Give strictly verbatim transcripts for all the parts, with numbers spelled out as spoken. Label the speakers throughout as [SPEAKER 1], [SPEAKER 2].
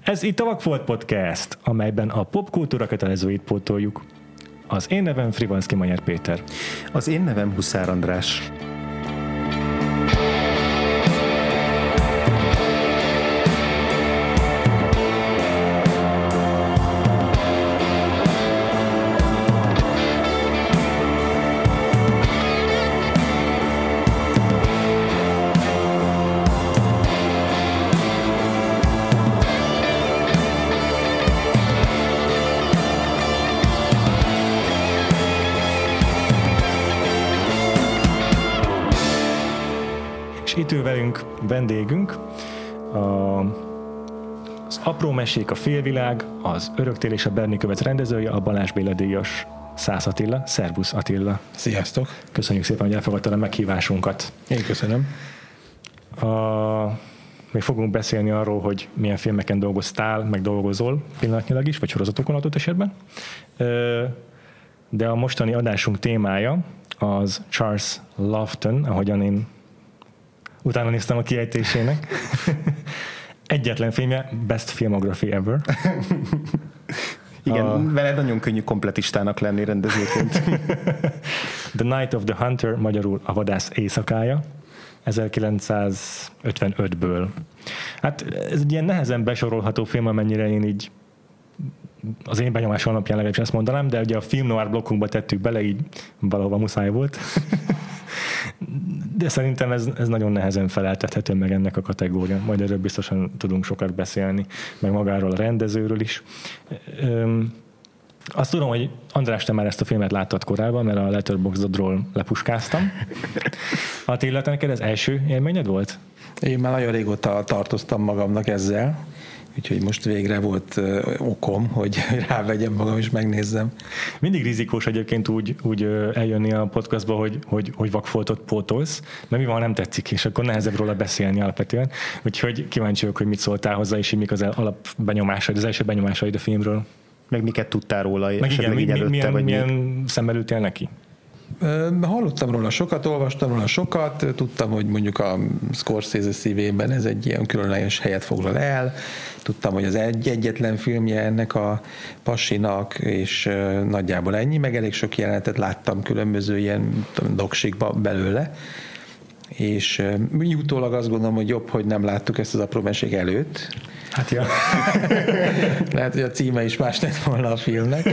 [SPEAKER 1] Ez itt a Vakfolt Podcast, amelyben a popkultúra kötelezőit pótoljuk. Az én nevem Frivalszki Mayer Péter.
[SPEAKER 2] Az én nevem Huszár András.
[SPEAKER 1] Itt ül velünk vendégünk, a, az Apró mesék, a Félvilág, az Öröktélés, a Berni követ rendezője, a Balázs Béla díjas Szász Attila. Szervusz Attila!
[SPEAKER 3] Sziasztok!
[SPEAKER 1] Köszönjük szépen, hogy elfogadtad a meghívásunkat.
[SPEAKER 3] Én köszönöm.
[SPEAKER 1] A, még fogunk beszélni arról, hogy milyen filmeken dolgoztál, meg dolgozol pillanatnyilag is, vagy sorozatokon adott esetben. De a mostani adásunk témája az Charles Laughton, ahogyan én utána néztem a kiejtésének. Egyetlen filmje, Best Filmography Ever.
[SPEAKER 2] Igen, a... veled nagyon könnyű kompletistának lenni rendezőként.
[SPEAKER 1] The Night of the Hunter, magyarul A vadász éjszakája, ezerkilencszázötvenötből. Hát ez egy ilyen nehezen besorolható film, amennyire én így az én benyomásom alapján legalábbis ezt mondanám, de ugye a film noir blokkunkba tettük bele, így valahova muszáj volt. De szerintem ez, ez nagyon nehezen feleltethető meg ennek a kategória. Majd erről biztosan tudunk sokat beszélni, meg magáról a rendezőről is. Öm, azt tudom, hogy András, te már ezt a filmet láttad korábban, mert a Letterboxdról lepuskáztam. Attila, te neked ez első élményed volt?
[SPEAKER 3] Én már nagyon régóta tartoztam magamnak ezzel, úgyhogy most végre volt ö, okom, hogy rávegyem magam és megnézzem.
[SPEAKER 1] Mindig rizikós egyébként úgy, úgy eljönni a podcastba, hogy, hogy, hogy vakfoltot pótolsz, mert mi van, ha nem tetszik, és akkor nehezebb róla beszélni alapvetően. Úgyhogy kíváncsi vagyok, hogy mit szóltál hozzá, és mik az alapbenyomásaid, az első benyomásaid a filmről.
[SPEAKER 2] Meg miket tudtál róla?
[SPEAKER 1] Meg igen, mi, előtte, milyen, vagy milyen szemmel ültél neki?
[SPEAKER 3] Hallottam róla sokat, olvastam róla sokat, tudtam, hogy mondjuk a Scorsese szívében ez egy ilyen különleges helyet foglal el, tudtam, hogy az egy egyetlen filmje ennek a pasinak, és nagyjából ennyi, meg elég sok jelenetet láttam különböző ilyen doksikba belőle, és utólag azt gondolom, hogy jobb, hogy nem láttuk ezt az Apró mesék előtt.
[SPEAKER 1] Hát ja.
[SPEAKER 3] Lehet, hogy a címe is más lett volna a filmnek,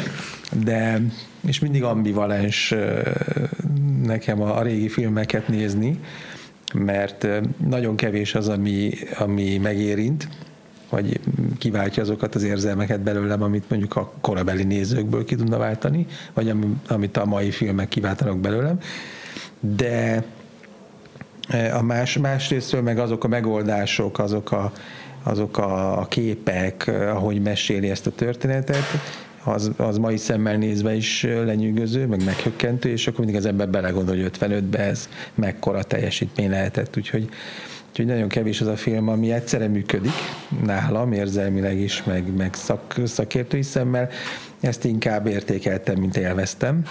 [SPEAKER 3] de és mindig ambivalens nekem a, a régi filmeket nézni, mert nagyon kevés az, ami, ami megérint, vagy kiváltja azokat az érzelmeket belőlem, amit mondjuk a korabeli nézőkből ki tudna váltani, vagy amit a mai filmek kiváltanak belőlem. De a más, másrésztről meg azok a megoldások, azok a, azok a képek, ahogy meséli ezt a történetet, az, az mai szemmel nézve is lenyűgöző, meg meghökkentő, és akkor mindig az ember belegondol, hogy ötvenötben ez mekkora teljesítmény lehetett, úgyhogy, úgyhogy nagyon kevés az a film, ami egyszerre működik nálam, érzelmileg is, meg, meg szak, szakértői szemmel. Ezt inkább értékeltem, mint élveztem.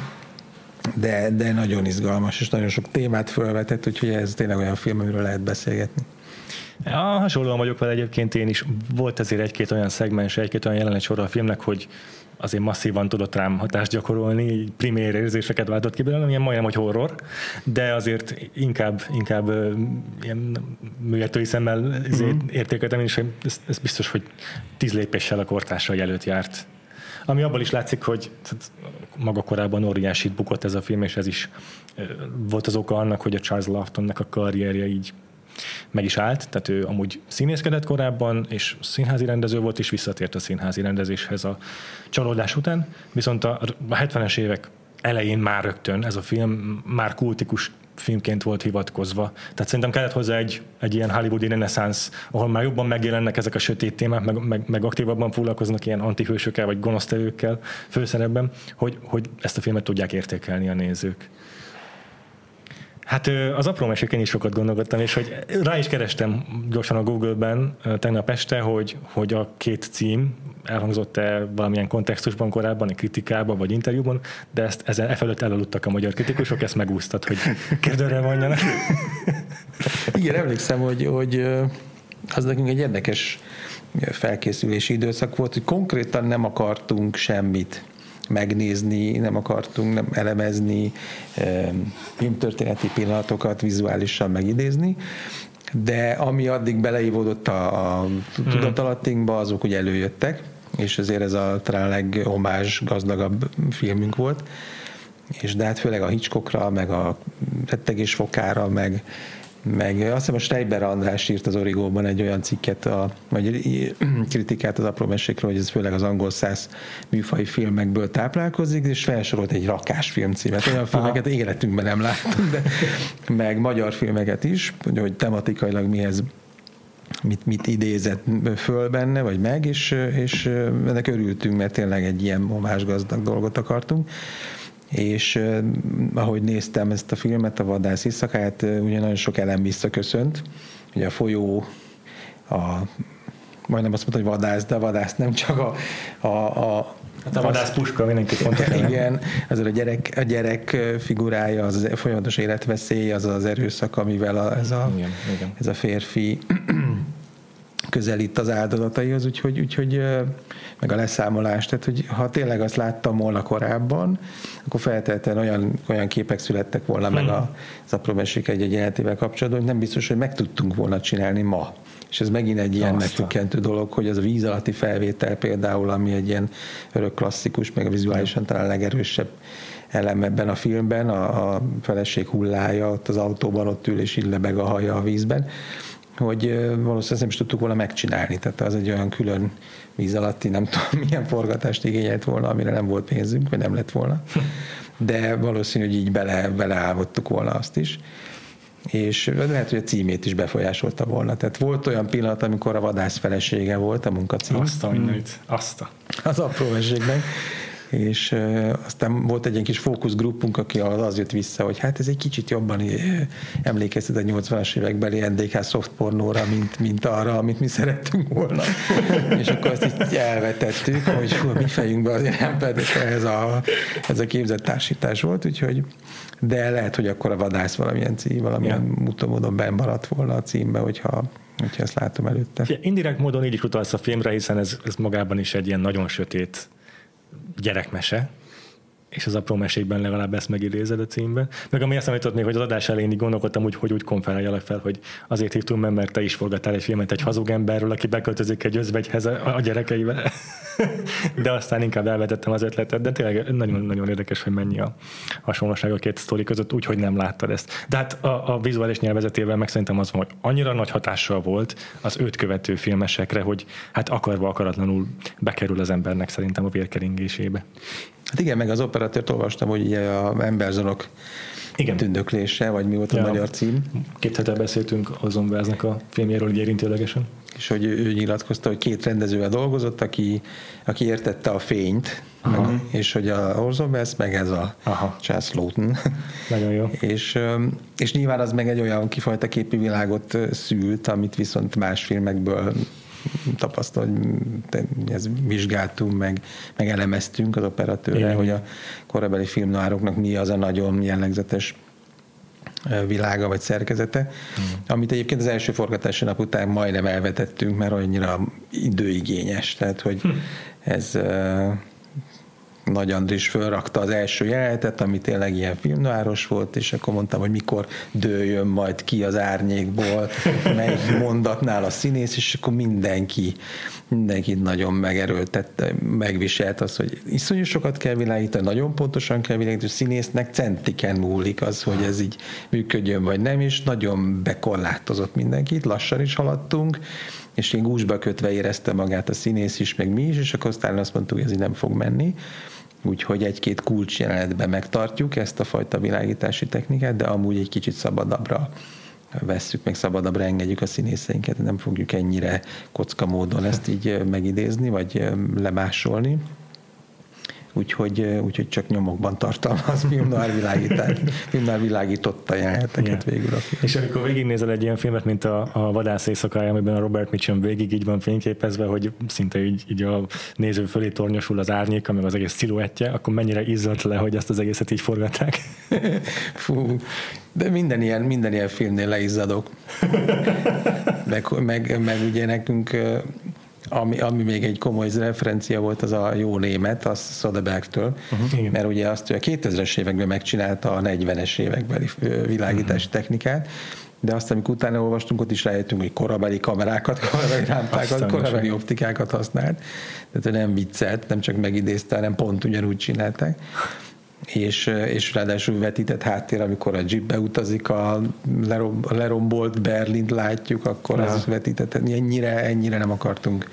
[SPEAKER 3] De, de nagyon izgalmas, és nagyon sok témát felvetett, úgyhogy ez tényleg olyan film, amiről lehet beszélgetni.
[SPEAKER 1] Ja, hasonlóan vagyok vele egyébként én is. Volt azért egy-két olyan szegmens, egy-két olyan jelenet sorra a filmnek, hogy azért masszívan tudott rám hatást gyakorolni, primér érzéseket váltott ki belőlem, ilyen majdnem, hogy horror, de azért inkább, inkább ilyen műértői szemmel mm-hmm. értékeltem én is, hogy ez, ez biztos, hogy tíz lépéssel a kortársai előtt járt. Ami abban is látszik, hogy maga korábban óriásit bukott ez a film, és ez is volt az oka annak, hogy a Charles Laughtonnak a karrierje így meg is állt, tehát ő amúgy színészkedett korábban, és színházi rendező volt, és visszatért a színházi rendezéshez a Csalódás után, viszont a hetvenes évek elején már rögtön ez a film már kultikus filmként volt hivatkozva. Tehát szerintem kellett hozzá egy, egy ilyen hollywoodi reneszánsz, ahol már jobban megjelennek ezek a sötét témák, meg, meg, meg aktívabban foglalkoznak ilyen antihősökkel, vagy gonosztevőkkel főszerepben, hogy, hogy ezt a filmet tudják értékelni a nézők. Hát az Apró meséken is sokat gondolkodtam, és hogy rá is kerestem gyorsan a Google-ben tegnap este, hogy, hogy a két cím elhangzott-e valamilyen kontextusban korábban, egy kritikában vagy interjúban, de ezt ezen efelőtt elaludtak a magyar kritikusok, ezt megúsztad, hogy kérdőre vonjanak.
[SPEAKER 3] Igen, emlékszem, hogy, hogy az nekünk egy érdekes felkészülési időszak volt, hogy konkrétan nem akartunk semmit megnézni, nem akartunk nem elemezni, filmtörténeti pillanatokat vizuálisan megidézni, de ami addig beleívódott a, a tudatalattinkba, azok ugye előjöttek, és ezért ez a talán leghomázs gazdagabb filmünk volt, és de hát főleg a Hitchcockra, meg a rettegés fokára, meg, meg azt hiszem a Steiber András írt az Origóban egy olyan cikket, a, vagy kritikát az apró mesékről, hogy ez főleg az angol száz műfai filmekből táplálkozik, és felsorolt egy rakás filmcímet. Olyan filmeket életünkben nem láttunk, de meg magyar filmeket is, hogy tematikailag mihez mit, mit idézett föl benne, vagy meg, és, és ennek örültünk, mert tényleg egy ilyen homázsgazdag dolgot akartunk. És eh, ahogy néztem ezt a filmet, a Vadász éjszakáját, ugye nagyon sok elem visszaköszönt. Ugye a folyó, a, majdnem azt mondta, hogy vadász, de a vadász nem csak a... a, a
[SPEAKER 1] Hát a vadász puska mindenki fontos.
[SPEAKER 3] Igen, azért a gyerek, a gyerek figurája, az a folyamatos életveszély, az az erőszak, amivel a, ez, a, igen, igen. ez a férfi közelít az áldozataihoz, úgyhogy, úgyhogy meg a leszámolás, tehát hogy ha tényleg azt láttam volna korábban, akkor feltétlenül olyan, olyan képek születtek volna hmm. meg az apró mesék egy-egy jelenetével kapcsolatban, hogy nem biztos, hogy meg tudtunk volna csinálni ma. És ez megint egy ilyen megtökkentő dolog, hogy az a víz alatti felvétel például, ami egy ilyen örök klasszikus, meg a vizuálisan talán legerősebb elem ebben a filmben, a, a feleség hullája, ott az autóban ott ül és így lebeg a haja a vízben, hogy valószínűleg nem is tudtuk volna megcsinálni. Tehát az egy olyan külön víz alatti, nem tudom, milyen forgatást igényelt volna, amire nem volt pénzünk, vagy nem lett volna. De valószínű, hogy így bele, beleálmodtuk volna azt is. És lehet, hogy a címét is befolyásolta volna. Tehát volt olyan pillanat, amikor a vadász felesége volt a munkacím.
[SPEAKER 1] Azt a mindenit, azt a.
[SPEAKER 3] Az apró meséknek. És uh, aztán volt egy ilyen kis fókuszgruppunk, aki az jött vissza, hogy hát ez egy kicsit jobban emlékeztet a nyolcvanas évekbeli en dé ká szoftpornóra, mint, mint arra, amit mi szerettünk volna. És akkor ezt így elvetettük, hogy fú, mi fejünkben azért nem pedig ez a, ez a képzett társítás volt, úgyhogy de lehet, hogy akkor a vadász valamilyen cím, valamilyen ja. mutomódon benn maradt volna a címbe, hogyha hogyha ezt látom előtte.
[SPEAKER 1] Ja, indirekt módon így is utalsz a filmre, hiszen ez, ez magában is egy ilyen nagyon sötét gyerekmese, és az apró mesékben legalább ezt megidézed a címben. Meg ami eszembe jutott még, hogy az adás elején így gondolkodtam úgy, hogy úgy konferáljalak fel, hogy azért hívtunk meg, mert te is forgattál egy filmet egy hazug emberről, aki beköltözik egy özvegyhez a gyerekeivel. De aztán inkább elvetettem az ötletet, de tényleg nagyon-nagyon érdekes, hogy mennyi a hasonlóság a két sztori között, úgy, hogy nem láttad ezt. De hát a, a vizuális nyelvezetével meg szerintem az van, hogy annyira nagy hatással volt az őt követő filmesekre, hogy hát akarva akaratlanul bekerül az embernek szerintem a vérkeringésébe.
[SPEAKER 3] Hát igen, meg az operatőrt olvastam, hogy ugye a emberzonok igen. tündöklése, vagy mi volt a ja. magyar cím.
[SPEAKER 1] Két hete beszéltünk Orson Welles-nek a filmjéről, így érintőlegesen.
[SPEAKER 3] És hogy ő, ő nyilatkozta, hogy két rendezővel dolgozott, aki, aki értette a fényt, meg, és hogy a Orson Welles, meg ez a Aha. Charles Lawton.
[SPEAKER 1] Nagyon jó.
[SPEAKER 3] és, és nyilván az meg egy olyan kifajta képi világot szült, amit viszont más filmekből tapasztal, hogy ez vizsgáltunk, meg, meg elemeztünk az operatőrre, igen. hogy a korabeli filmnoároknak mi az a nagyon jellegzetes világa vagy szerkezete, mm. amit egyébként az első forgatási nap után majdnem elvetettünk, mert annyira időigényes, tehát hogy hm. ez uh, Nagy Andris fölrakta az első jelenetet, ami tényleg ilyen filmnoáros volt, és akkor mondtam, hogy mikor dőljön majd ki az árnyékból, melyik mondatnál a színész, és akkor mindenki mindenki nagyon megerőltette, megviselt az, hogy iszonyú sokat kell világítani, nagyon pontosan kell világítani, a színésznek centiken múlik az, hogy ez így működjön, vagy nem, és nagyon bekorlátozott mindenkit, lassan is haladtunk, és én gúzsba kötve érezte magát a színész is, meg mi is, és akkor aztán azt mondtuk, hogy ez így nem fog menni. Úgyhogy egy-két kulcs jelenetben megtartjuk ezt a fajta világítási technikát, de amúgy egy kicsit szabadabbra vesszük, meg szabadabbra engedjük a színészeinket, nem fogjuk ennyire kocka módon ezt így megidézni, vagy lemásolni. Úgyhogy, úgyhogy csak nyomokban tartalmaz filmnoár világítás, filmnoár világította jeleneteket végül a film.
[SPEAKER 1] És amikor végignézel egy ilyen filmet, mint a, a Vadász éjszakája, amiben a Robert Mitchum végig így van fényképezve, hogy szinte így, így a néző fölé tornyosul az árnyéka, meg az egész sziluettje, akkor mennyire izzolt le, hogy ezt az egészet így forgatták?
[SPEAKER 3] Fú, de minden ilyen, minden ilyen filmnél leizzadok. meg, meg, meg ugye nekünk ami, ami még egy komoly referencia volt, az a Jó német, az Soderberghtől, uh-huh. mert ugye azt a kétezres években megcsinálta a negyvenes évekbeli világítási uh-huh. technikát, de azt, amikor utána olvastunk, ott is rájöttünk, hogy korabeli kamerákat, korabeli lámpákat, korabeli optikákat használt. Tehát nem viccelt, nem csak megidézte, hanem pont ugyanúgy csinálták. És, és ráadásul vetített háttér, amikor a jeepbe utazik, a, lerom, a lerombolt Berlint látjuk, akkor ja. az vetített. Ennyire, ennyire nem akartunk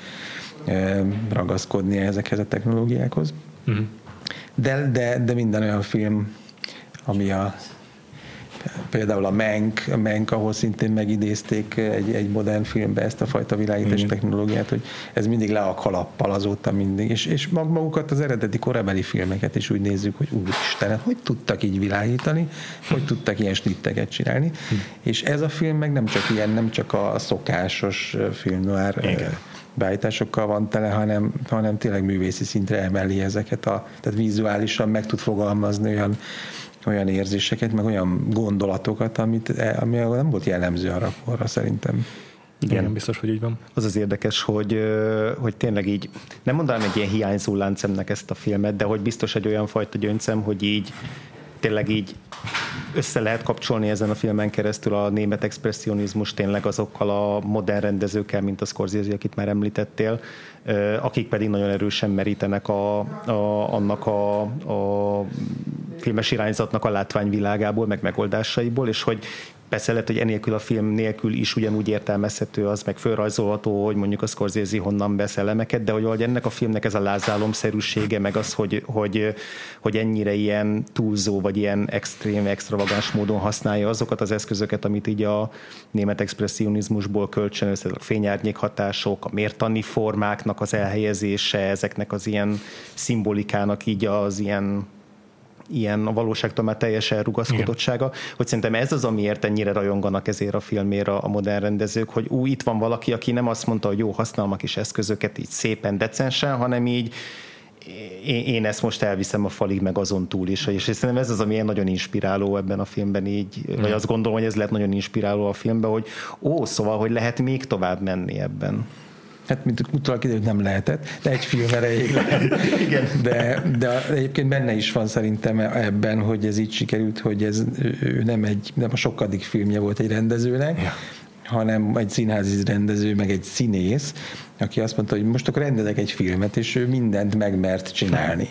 [SPEAKER 3] ragaszkodni ezekhez a technológiákhoz. Uh-huh. De, de, de minden olyan film, ami a például a Mank, a Mank, ahol szintén megidézték egy, egy modern filmbe ezt a fajta világítási technológiát, hogy ez mindig le a kalappal azóta mindig. És, és magukat az eredeti korabeli filmeket is úgy nézzük, hogy úristen, hogy tudtak így világítani, hogy tudtak ilyen snitteket csinálni. Hm. És ez a film meg nem csak ilyen, nem csak a szokásos film noir beállításokkal van tele, hanem, hanem tényleg művészi szintre emeli ezeket a, tehát vizuálisan meg tud fogalmazni olyan olyan érzéseket, meg olyan gondolatokat, amit, ami nem volt jellemző arra, arra szerintem.
[SPEAKER 1] Igen, Igen, biztos, hogy így van.
[SPEAKER 2] Az az érdekes, hogy, hogy tényleg így, nem mondanám egy ilyen hiányzó láncemnek ezt a filmet, de hogy biztos egy olyan fajta gyöngyszem, hogy így tényleg így össze lehet kapcsolni ezen a filmen keresztül a német expresszionizmus tényleg azokkal a modern rendezőkkel, mint a Scorsese, akit már említettél, akik pedig nagyon erősen merítenek a, a, annak a, a filmes irányzatnak a látványvilágából, meg megoldásaiból, és hogy persze lehet, hogy enélkül a film nélkül is ugyanúgy értelmezhető az, meg fölrajzolható, hogy mondjuk a Scorsese honnan vesz elemeket, de hogy, hogy ennek a filmnek ez a lázálomszerűsége, meg az, hogy, hogy, hogy ennyire ilyen túlzó, vagy ilyen extrém, extravagáns módon használja azokat az eszközöket, amit így a német expresszionizmusból kölcsönöz, a fényárnyék hatások, a mértani formáknak az elhelyezése, ezeknek az ilyen szimbolikának így az ilyen ilyen a valóságtól már teljes elrugaszkodottsága, igen. hogy szerintem ez az, amiért ennyire rajonganak ezért a filmért a modern rendezők, hogy ú, itt van valaki, aki nem azt mondta, hogy jó, használom a kis eszközöket így szépen, decensen, hanem így én, én ezt most elviszem a falig, meg azon túl is, és szerintem ez az, ami nagyon inspiráló ebben a filmben így, mm. vagy azt gondolom, hogy ez lehet nagyon inspiráló a filmben, hogy ó, szóval, hogy lehet még tovább menni ebben.
[SPEAKER 3] Hát, mint utólag kiderült, nem lehetett, de egy film erejéig lehet. Igen. De, de egyébként benne is van szerintem ebben, hogy ez így sikerült, hogy ez ő nem, egy, nem a sokkadik filmje volt egy rendezőnek, ja. hanem egy színházi rendező, meg egy színész, aki azt mondta, hogy most akkor rendezek egy filmet, és ő mindent megmert csinálni.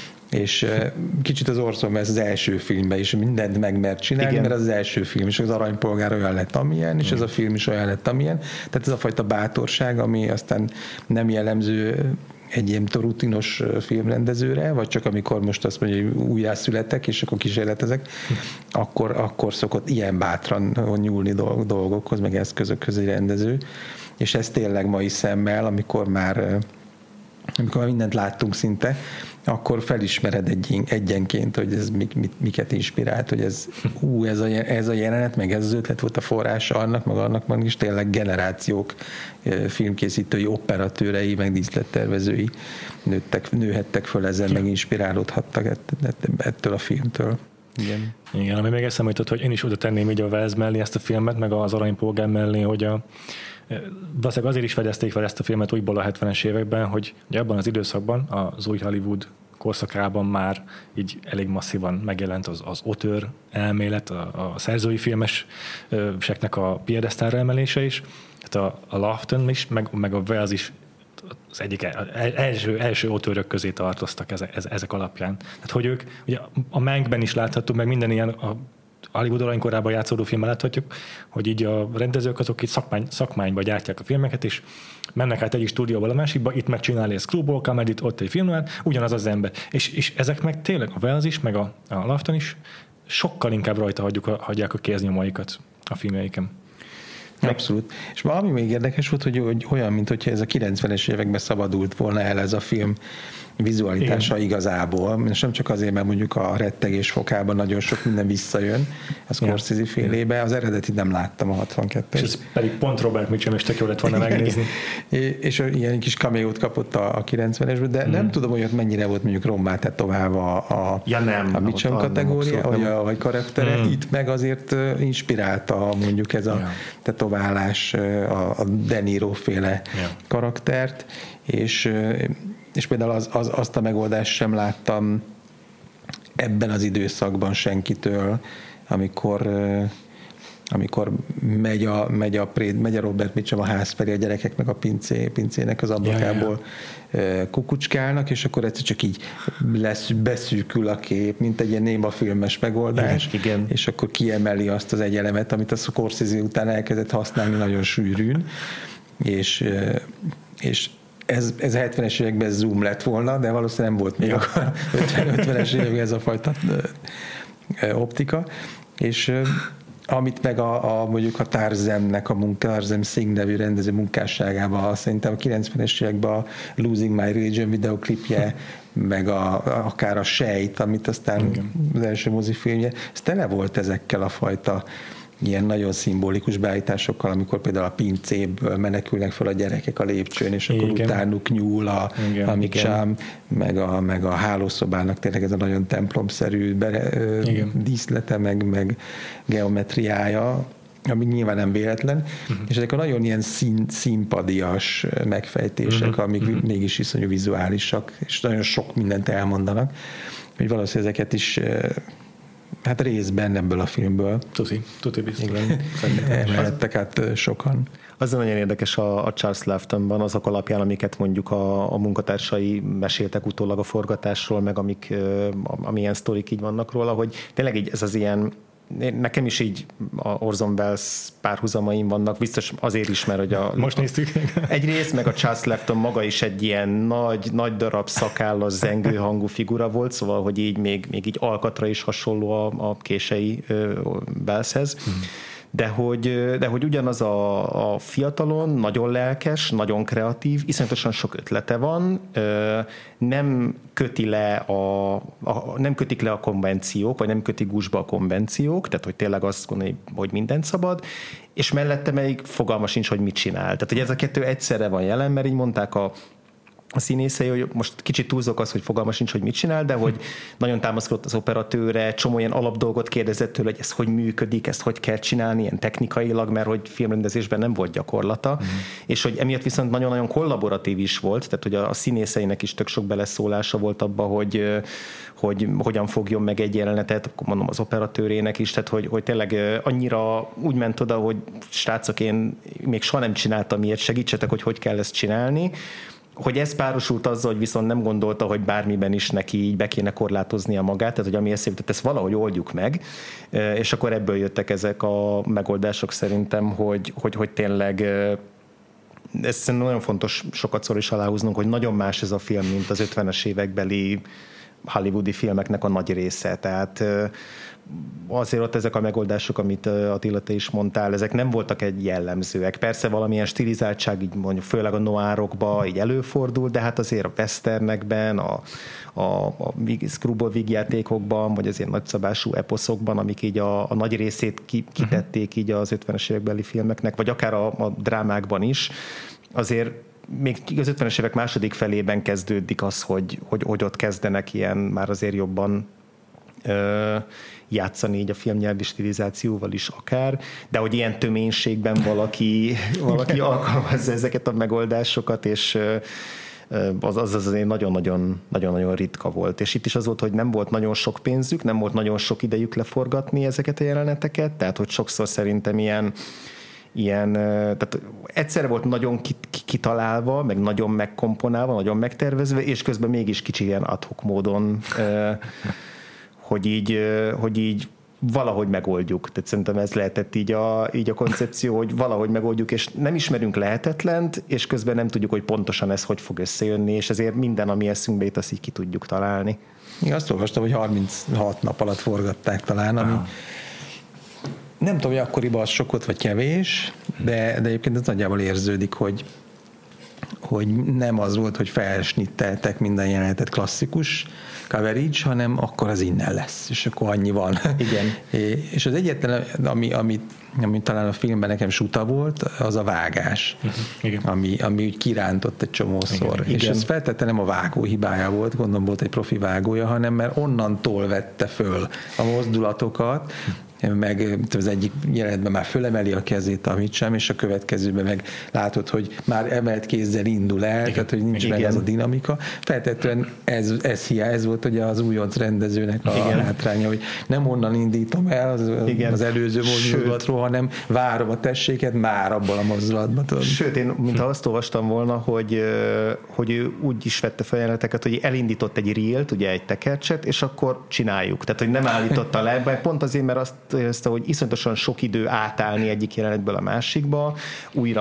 [SPEAKER 3] És kicsit az Orson Welles az első filmben is mindent megmert csinálni, igen. mert az, az első film is, az Aranypolgár olyan lett, amilyen, és igen. ez a film is olyan lett, amilyen. Tehát ez a fajta bátorság, ami aztán nem jellemző egy ilyen rutinos filmrendezőre, vagy csak amikor most azt mondja, hogy újjászületek, és akkor kísérletezek, akkor, akkor szokott ilyen bátran nyúlni dolgokhoz, meg eszközökhöz egy rendező. És ez tényleg mai szemmel, amikor már amikor mindent láttunk szinte, akkor felismered egy, egyenként, hogy ez mik, mit, miket inspirált, hogy ez, ú, ez, a, ez a jelenet, meg ez az ötlet volt a forrása annak, meg annak, meg is tényleg generációk filmkészítői, operatőrei, meg díszlettervezői nőttek, nőhettek föl ezzel, meg inspirálódhattak ettől a filmtől.
[SPEAKER 1] Igen. Igen, ami még eszembe jutott, hogy én is oda tenném így a Welles mellé ezt a filmet, meg az Aranypolgár mellé, hogy a valószínűleg azért is fedezték fel ezt a filmet újból a hetvenes években, hogy abban az időszakban az új Hollywood korszakában már így elég masszívan megjelent az, az auteur elmélet, a, a szerzői filmeseknek a piedesztálra emelése is. Hát a, a Laughton is, meg, meg a Welles is az egyik első, első auteurök közé tartoztak ezek, ezek alapján. Tehát, hogy ők, ugye a Mankben is láthattuk, meg minden ilyen a Hollywood aranykorában játszódó filmmel láthatjuk, hogy így a rendezők azok itt szakmány, szakmányba gyártják a filmeket, és mennek át egyik stúdióból a másikba, itt megcsinálni egy screwball comedy-t, ott egy film, ugyanaz az ember. És, és ezek meg tényleg a Welles is, meg a, a Laughton is sokkal inkább rajta hagyjuk a, hagyják a kéznyomaikat a filmjeiken.
[SPEAKER 3] Abszolút. És ami még érdekes volt, hogy, hogy olyan, mint hogyha ez a kilencvenes években szabadult volna el ez a film vizualitása
[SPEAKER 1] Igen.
[SPEAKER 3] igazából, és nem csak azért, mert mondjuk a rettegés fokában nagyon sok minden visszajön, a Scorsese félébe, az eredetit nem láttam a hatvankettőt.
[SPEAKER 1] És ez pedig pont Robert Mitchum, és tök jó lett volna megnézni.
[SPEAKER 3] És ilyen kis cameót kapott a, a kilencvenesben, de mm. nem tudom, hogy ott mennyire volt mondjuk rommá tetoválva a,
[SPEAKER 2] ja, nem,
[SPEAKER 3] a Mitchum kategória, vagy, a, vagy karaktere. Mm. Itt meg azért inspirálta mondjuk ez a ja. tetoválás a, a De Niro féle ja. karaktert, és és például az, az, azt a megoldást sem láttam ebben az időszakban senkitől, amikor, amikor megy a, megy a, megy a Robert Mitchum a ház felé, a gyerekek meg a pincé, pincének az ablakából ja, ja. kukucskálnak, és akkor egyszer csak így lesz, beszűkül a kép, mint egy ilyen némafilmes megoldás,
[SPEAKER 2] igen.
[SPEAKER 3] és akkor kiemeli azt az egy elemet, amit a Scorsese után elkezdett használni nagyon sűrűn, és, és Ez, ez a hetvenes években zoom lett volna, de valószínűleg nem volt még ja. a ötvenes években ez a fajta optika, és amit meg a, a mondjuk a Tarzannek a munka, Tarzan Singh nevű rendező munkásságában, szerintem a kilencvenes években a Losing My Religion videoklipje, meg a, akár a Sejt, amit aztán igen. az első mozifilmje, ez tele volt ezekkel a fajta ilyen nagyon szimbolikus beállításokkal, amikor például a pincéből menekülnek fel a gyerekek a lépcsőn, és akkor igen. utánuk nyúl a, a Mitchum, meg a, meg a hálószobának tényleg ez a nagyon templomszerű bere, díszlete, meg, meg geometriája, ami nyilván nem véletlen, uh-huh. és ezek a nagyon ilyen szín, színpadias megfejtések, uh-huh. amik uh-huh. mégis iszonyú vizuálisak, és nagyon sok mindent elmondanak, hogy valószínűleg ezeket is hát részben ebből a filmből.
[SPEAKER 1] Tuti, tuti biztos.
[SPEAKER 3] Emelettek át sokan.
[SPEAKER 2] Az nagyon érdekes a, a Charles Laughtonban azok alapján, amiket mondjuk a, a munkatársai meséltek utólag a forgatásról, meg amik, amilyen sztorik így vannak róla, hogy tényleg így ez az ilyen, nekem is így a Orson Welles párhuzamaim vannak, biztos azért is, mert hogy a...
[SPEAKER 1] Most néztük.
[SPEAKER 2] Egyrészt, meg a Charles Laughton maga is egy ilyen nagy, nagy darab szakállas, zengő hangú figura volt, szóval, hogy így még, még így alkatra is hasonló a, a kései Welleshez. Hmm. De hogy, de hogy ugyanaz a, a fiatalon, nagyon lelkes, nagyon kreatív, iszonyatosan sok ötlete van, nem köti le a, a, nem kötik le a konvenciók, vagy nem köti gúzsba a konvenciók, tehát hogy tényleg azt gondolja, hogy mindent szabad, és mellette még fogalma sincs, hogy mit csinál. Tehát, hogy ez a kettő egyszerre van jelen, mert így mondták a a színészei, hogy most kicsit túlzok az, hogy fogalma sincs, hogy mit csinál, de hogy nagyon támaszkodott az operatőre, csomó ilyen alapdolgot kérdezett tőle, hogy ez hogy működik, ezt hogy kell csinálni, ilyen technikailag, mert hogy filmrendezésben nem volt gyakorlata, mm. és hogy emiatt viszont nagyon-nagyon kollaboratív is volt, tehát hogy a színészeinek is tök sok beleszólása volt abba, hogy, hogy hogyan fogjon meg egy jelenetet, akkor mondom az operatőrének is, tehát hogy, hogy tényleg annyira úgy ment oda, hogy srácok, én még soha nem csináltam ilyet, segítsetek, hogy hogy kell ezt csinálni, hogy ez párosult azzal, hogy viszont nem gondolta, hogy bármiben is neki így be kéne korlátoznia magát, tehát hogy ami eszébe, tehát ezt valahogy oldjuk meg, és akkor ebből jöttek ezek a megoldások szerintem, hogy, hogy, hogy tényleg ez szerintem nagyon fontos sokat szor is aláhúznunk, hogy nagyon más ez a film, mint az ötvenes évekbeli hollywoodi filmeknek a nagy része, tehát azért ott ezek a megoldások, amit Attila, te is mondtál, ezek nem voltak egy jellemzőek. Persze valamilyen stilizáltság, így mondjuk főleg a noárokban így előfordul, de hát azért a westernekben, a, a, a screwball vígjátékokban, vagy az ilyen nagyszabású eposzokban, amik így a, a nagy részét kitették így az ötvenes évekbeli filmeknek, vagy akár a, a drámákban is, azért még az ötvenes évek második felében kezdődik az, hogy, hogy, hogy ott kezdenek ilyen már azért jobban ö, játszani így a filmnyelvi stilizációval is akár, de hogy ilyen töménységben valaki, valaki alkalmazza ezeket a megoldásokat, és az, az azért nagyon-nagyon, nagyon-nagyon ritka volt. És itt is az volt, hogy nem volt nagyon sok pénzük, nem volt nagyon sok idejük leforgatni ezeket a jeleneteket, tehát hogy sokszor szerintem ilyen ilyen, tehát egyszerre volt nagyon kitalálva, meg nagyon megkomponálva, nagyon megtervezve, és közben mégis kicsi ilyen ad hoc módon, hogy így, hogy így valahogy megoldjuk. Tehát szerintem ez lehetett így a, így a koncepció, hogy valahogy megoldjuk, és nem ismerünk lehetetlent, és közben nem tudjuk, hogy pontosan ez hogy fog összejönni, és ezért minden, ami eszünkbe jut, azt így ki tudjuk találni.
[SPEAKER 3] Én azt olvastam, hogy harminchat nap alatt forgatták talán, ami ah. nem tudom, hogy akkoriban az sok volt, vagy kevés, de, de egyébként ez nagyjából érződik, hogy, hogy nem az volt, hogy felsnitteltek minden jelenetet klasszikus coverage, hanem akkor az innen lesz, és akkor annyi van.
[SPEAKER 2] Igen.
[SPEAKER 3] És az egyetlen, ami, ami, ami talán a filmben nekem suta volt, az a vágás, uh-huh. Igen. Ami, ami úgy kirántott egy csomószor. Igen. És Igen. ez feltétlenül nem a vágó hibája volt, gondolom volt egy profi vágója, hanem mert onnantól vette föl a mozdulatokat, meg az egyik jelenetben már fölemeli a kezét a Mitchum, és a következőben meg látod, hogy már emelt kézzel indul el, igen, tehát hogy nincs igen. meg ez a dinamika. Feltétlenül ez, ez hiány, ez volt ugye az újonc rendezőnek a igen. hátránya, hogy nem onnan indítom el az, az előző mozdulatról, hanem várom a tesséket már abban a mozdulatban. Tudod.
[SPEAKER 2] Sőt, én mintha azt olvastam volna, hogy, hogy ő úgy is vette fel jeleneteket, hogy elindított egy reelt, ugye egy tekercset, és akkor csináljuk. Tehát, hogy nem állította le, pont azért, mert azt érezte, hogy iszonyatosan sok idő átállni egyik jelenetből a másikba, újra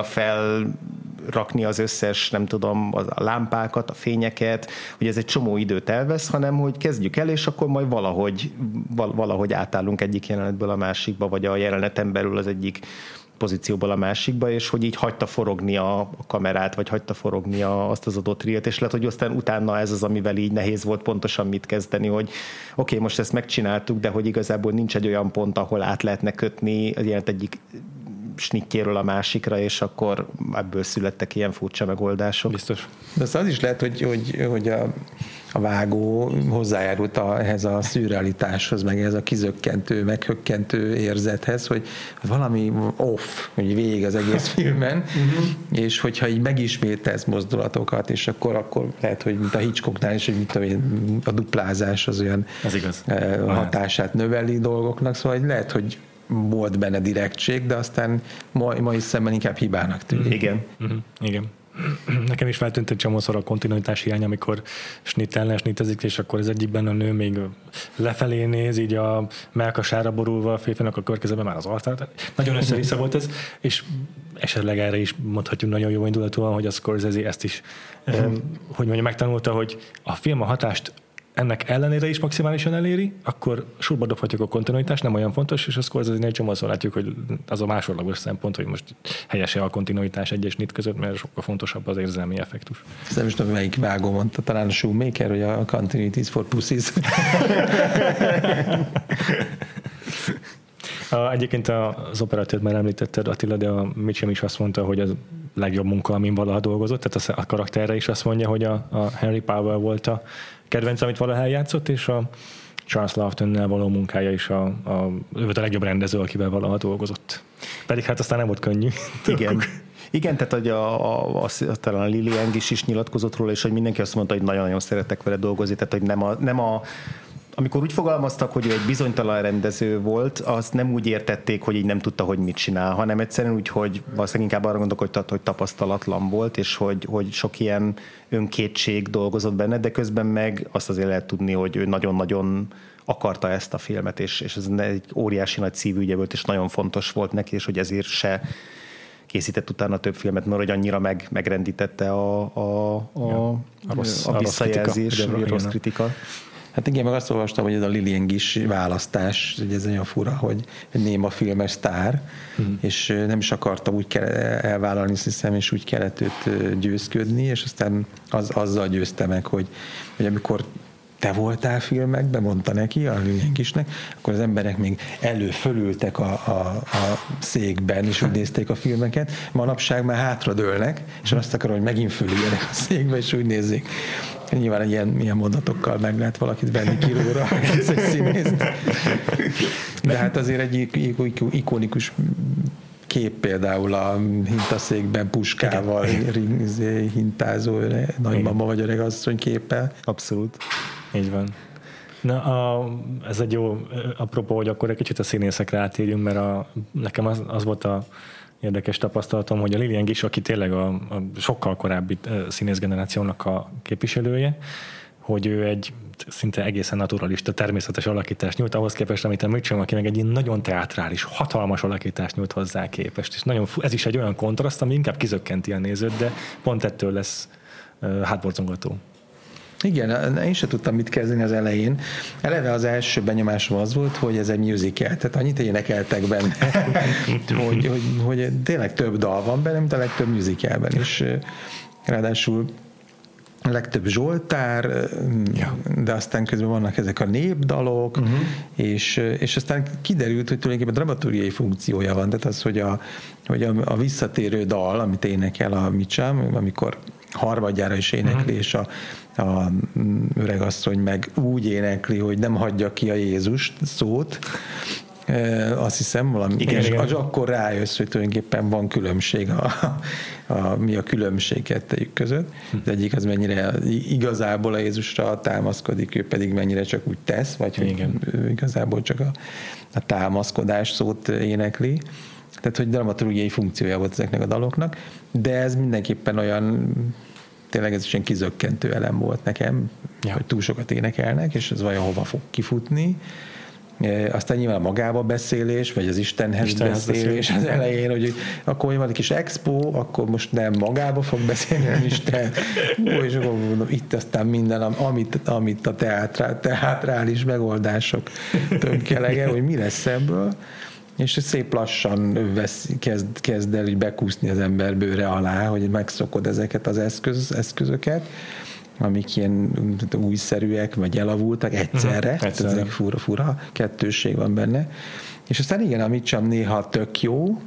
[SPEAKER 2] felrakni az összes, nem tudom, a lámpákat, a fényeket, hogy ez egy csomó időt elvesz, hanem hogy kezdjük el, és akkor majd valahogy, valahogy átállunk egyik jelenetből a másikba, vagy a jeleneten belül az egyik pozícióból a másikba, és hogy így hagyta forogni a kamerát, vagy hagyta forogni a, azt az adott reelt, és lehet, hogy aztán utána ez az, amivel így nehéz volt pontosan mit kezdeni, hogy oké, okay, most ezt megcsináltuk, de hogy igazából nincs egy olyan pont, ahol át lehetne kötni az jelent egyik snittjéről a másikra, és akkor ebből születtek ilyen furcsa megoldások.
[SPEAKER 3] Biztos. De az is lehet, hogy, hogy, hogy a, a vágó hozzájárult a, ehhez a szürrealitáshoz, meg ehhez a kizökkentő, meghökkentő érzethez, hogy valami off, hogy végig az egész filmen, és hogyha így megismételsz mozdulatokat, és akkor, akkor lehet, hogy mint a Hitchcocknál is, hogy mit tudom én, a duplázás az olyan
[SPEAKER 1] az igaz.
[SPEAKER 3] hatását növeli dolgoknak, szóval lehet, hogy volt benne direktség, de aztán mai, mai szemben inkább hibának tűnik.
[SPEAKER 2] Igen.
[SPEAKER 1] Uh-huh. Igen. Nekem is feltűnt egy csomószor a kontinuitás hiány, amikor snittellen snittezik, és akkor az egyikben a nő még lefelé néz, így a mellkasára borulva, a férfinak a körkezében már az arcát. Nagyon össze-vissza volt ez, és esetleg erre is mondhatjuk nagyon jó indulatúan, hogy a Scorsese ezt is, uh-huh. hogy mondja, megtanulta, hogy a film a hatást ennek ellenére is maximálisan eléri, akkor sorba dobhatjuk a kontinuitást, nem olyan fontos, és a Scorsese-nél csomószor látjuk, hogy az a másodlagos szempont, hogy most helyese a kontinuitás egyes snit között, mert sokkal fontosabb az érzelmi effektus.
[SPEAKER 3] Nem is tudom, melyik vágó mondta, talán a Shoemaker, hogy a continuity is for pussies.
[SPEAKER 1] A, egyébként az operatőrt már említetted, Attila, de a Mitchum is azt mondta, hogy az legjobb munka, amin valaha dolgozott, tehát a, a karakterre is azt mondja, hogy a, a Henry Powell volt a kedvenc, amit valaha eljátszott, és a Charles Laughton-nel való munkája is a, a, ő volt a legjobb rendező, akivel valaha dolgozott. Pedig hát aztán nem volt könnyű.
[SPEAKER 2] Igen. Igen, tehát hogy a, a, a, a, talán a Lily Yang is, is nyilatkozott róla, és hogy mindenki azt mondta, hogy nagyon-nagyon szeretek vele dolgozni, tehát hogy nem a, nem a amikor úgy fogalmaztak, hogy ő egy bizonytalan rendező volt, azt nem úgy értették, hogy így nem tudta, hogy mit csinál, hanem egyszerűen úgy, hogy valószínűleg inkább arra gondolkodtak, hogy tapasztalatlan volt, és hogy, hogy sok ilyen önkétség dolgozott benne, de közben meg azt azért lehet tudni, hogy ő nagyon-nagyon akarta ezt a filmet, és, és ez egy óriási nagy szívügye volt, és nagyon fontos volt neki, és hogy ezért se készített utána több filmet, mert hogy annyira meg, megrendítette a, a, a, ja, a, rossz, a visszajelzés, a rossz kritika.
[SPEAKER 3] Hát igen, meg azt olvastam, hogy ez a Lily Yang választás, hogy ez olyan fura, hogy egy néma filmes sztár, mm. és nem is akarta úgy elvállalni, hiszem, és úgy kellett őt győzködni, és aztán az, azzal győzte meg, hogy, hogy amikor te voltál filmekben, mondta neki, a Lily Yang-isnek, akkor az emberek még elő fölültek a, a, a székben, és úgy nézték a filmeket, manapság már hátradőlnek, és azt akarom, hogy megint fölüljenek a székbe, és úgy nézzék. Nyilván ilyen, ilyen mondatokkal meg lehet valakit venni kilóra, ez egy színészt. De hát azért egy ikonikus kép például a hintaszékben puskával hintázó nagymama vagy öregasszony képpel.
[SPEAKER 2] Abszolút.
[SPEAKER 1] Így van. Na, a, ez egy jó apropó, hogy akkor egy kicsit a színészekre átérjünk, mert a, nekem az, az volt a érdekes tapasztalatom, hogy a Lily Yang is, aki tényleg a, a sokkal korábbi színészgenerációnak a képviselője, hogy ő egy szinte egészen naturalista, természetes alakítást nyújt, ahhoz képest, amit a Mitchum, aki meg egy nagyon teátrális, hatalmas alakítást nyújt hozzá képest. És nagyon, ez is egy olyan kontraszt, ami inkább kizökkenti a nézőt, de pont ettől lesz uh, hátborzongató.
[SPEAKER 3] Igen, én sem tudtam mit kezdeni az elején. Eleve az első benyomásom az volt, hogy ez egy musical, tehát annyit énekeltek benne, hogy, hogy, hogy tényleg több dal van benne, mint a legtöbb musicalben is. ráadásul a legtöbb zsoltár, ja. de aztán közben vannak ezek a népdalok, uh-huh. és, és aztán kiderült, hogy tulajdonképpen dramaturgiai funkciója van, tehát az, hogy a, hogy a, a visszatérő dal, amit énekel a Mitchum, amikor harmadjára is énekli, uh-huh. és a, a öregasszony meg úgy énekli, hogy nem hagyja ki a Jézust szót, azt hiszem valami,
[SPEAKER 1] igen,
[SPEAKER 3] és
[SPEAKER 1] igen.
[SPEAKER 3] az akkor rájössz, hogy tulajdonképpen van különbség a, a, mi a különbség kettejük között. Az egyik az mennyire igazából a Jézusra támaszkodik, ő pedig mennyire csak úgy tesz, vagy hogy igazából csak a, a támaszkodás szót énekli. Tehát, hogy dramaturgiai funkciója volt ezeknek a daloknak, de ez mindenképpen olyan, tényleg ez is ilyen kizökkentő elem volt nekem, ja. hogy túl sokat énekelnek, és ez vajon hova fog kifutni. Aztán nyilván a magába beszélés, vagy az Istenhez, Istenhez beszélés az elején, hogy akkor van egy kis expo, akkor most nem magába fog beszélni, nem Isten. Ó, és akkor mondom, itt aztán minden, amit, amit a teátrál, teátrális megoldások tömkelege, hogy mi lesz ebből. És szép lassan vesz, kezd, kezd el így bekúszni az ember bőre alá, hogy megszokod ezeket az eszköz, eszközöket, amik ilyen újszerűek, vagy elavultak egyszerre. Uh-huh. egyszerre. Tehát fura, fura kettősség van benne. És aztán igen, amit sem néha tök jó,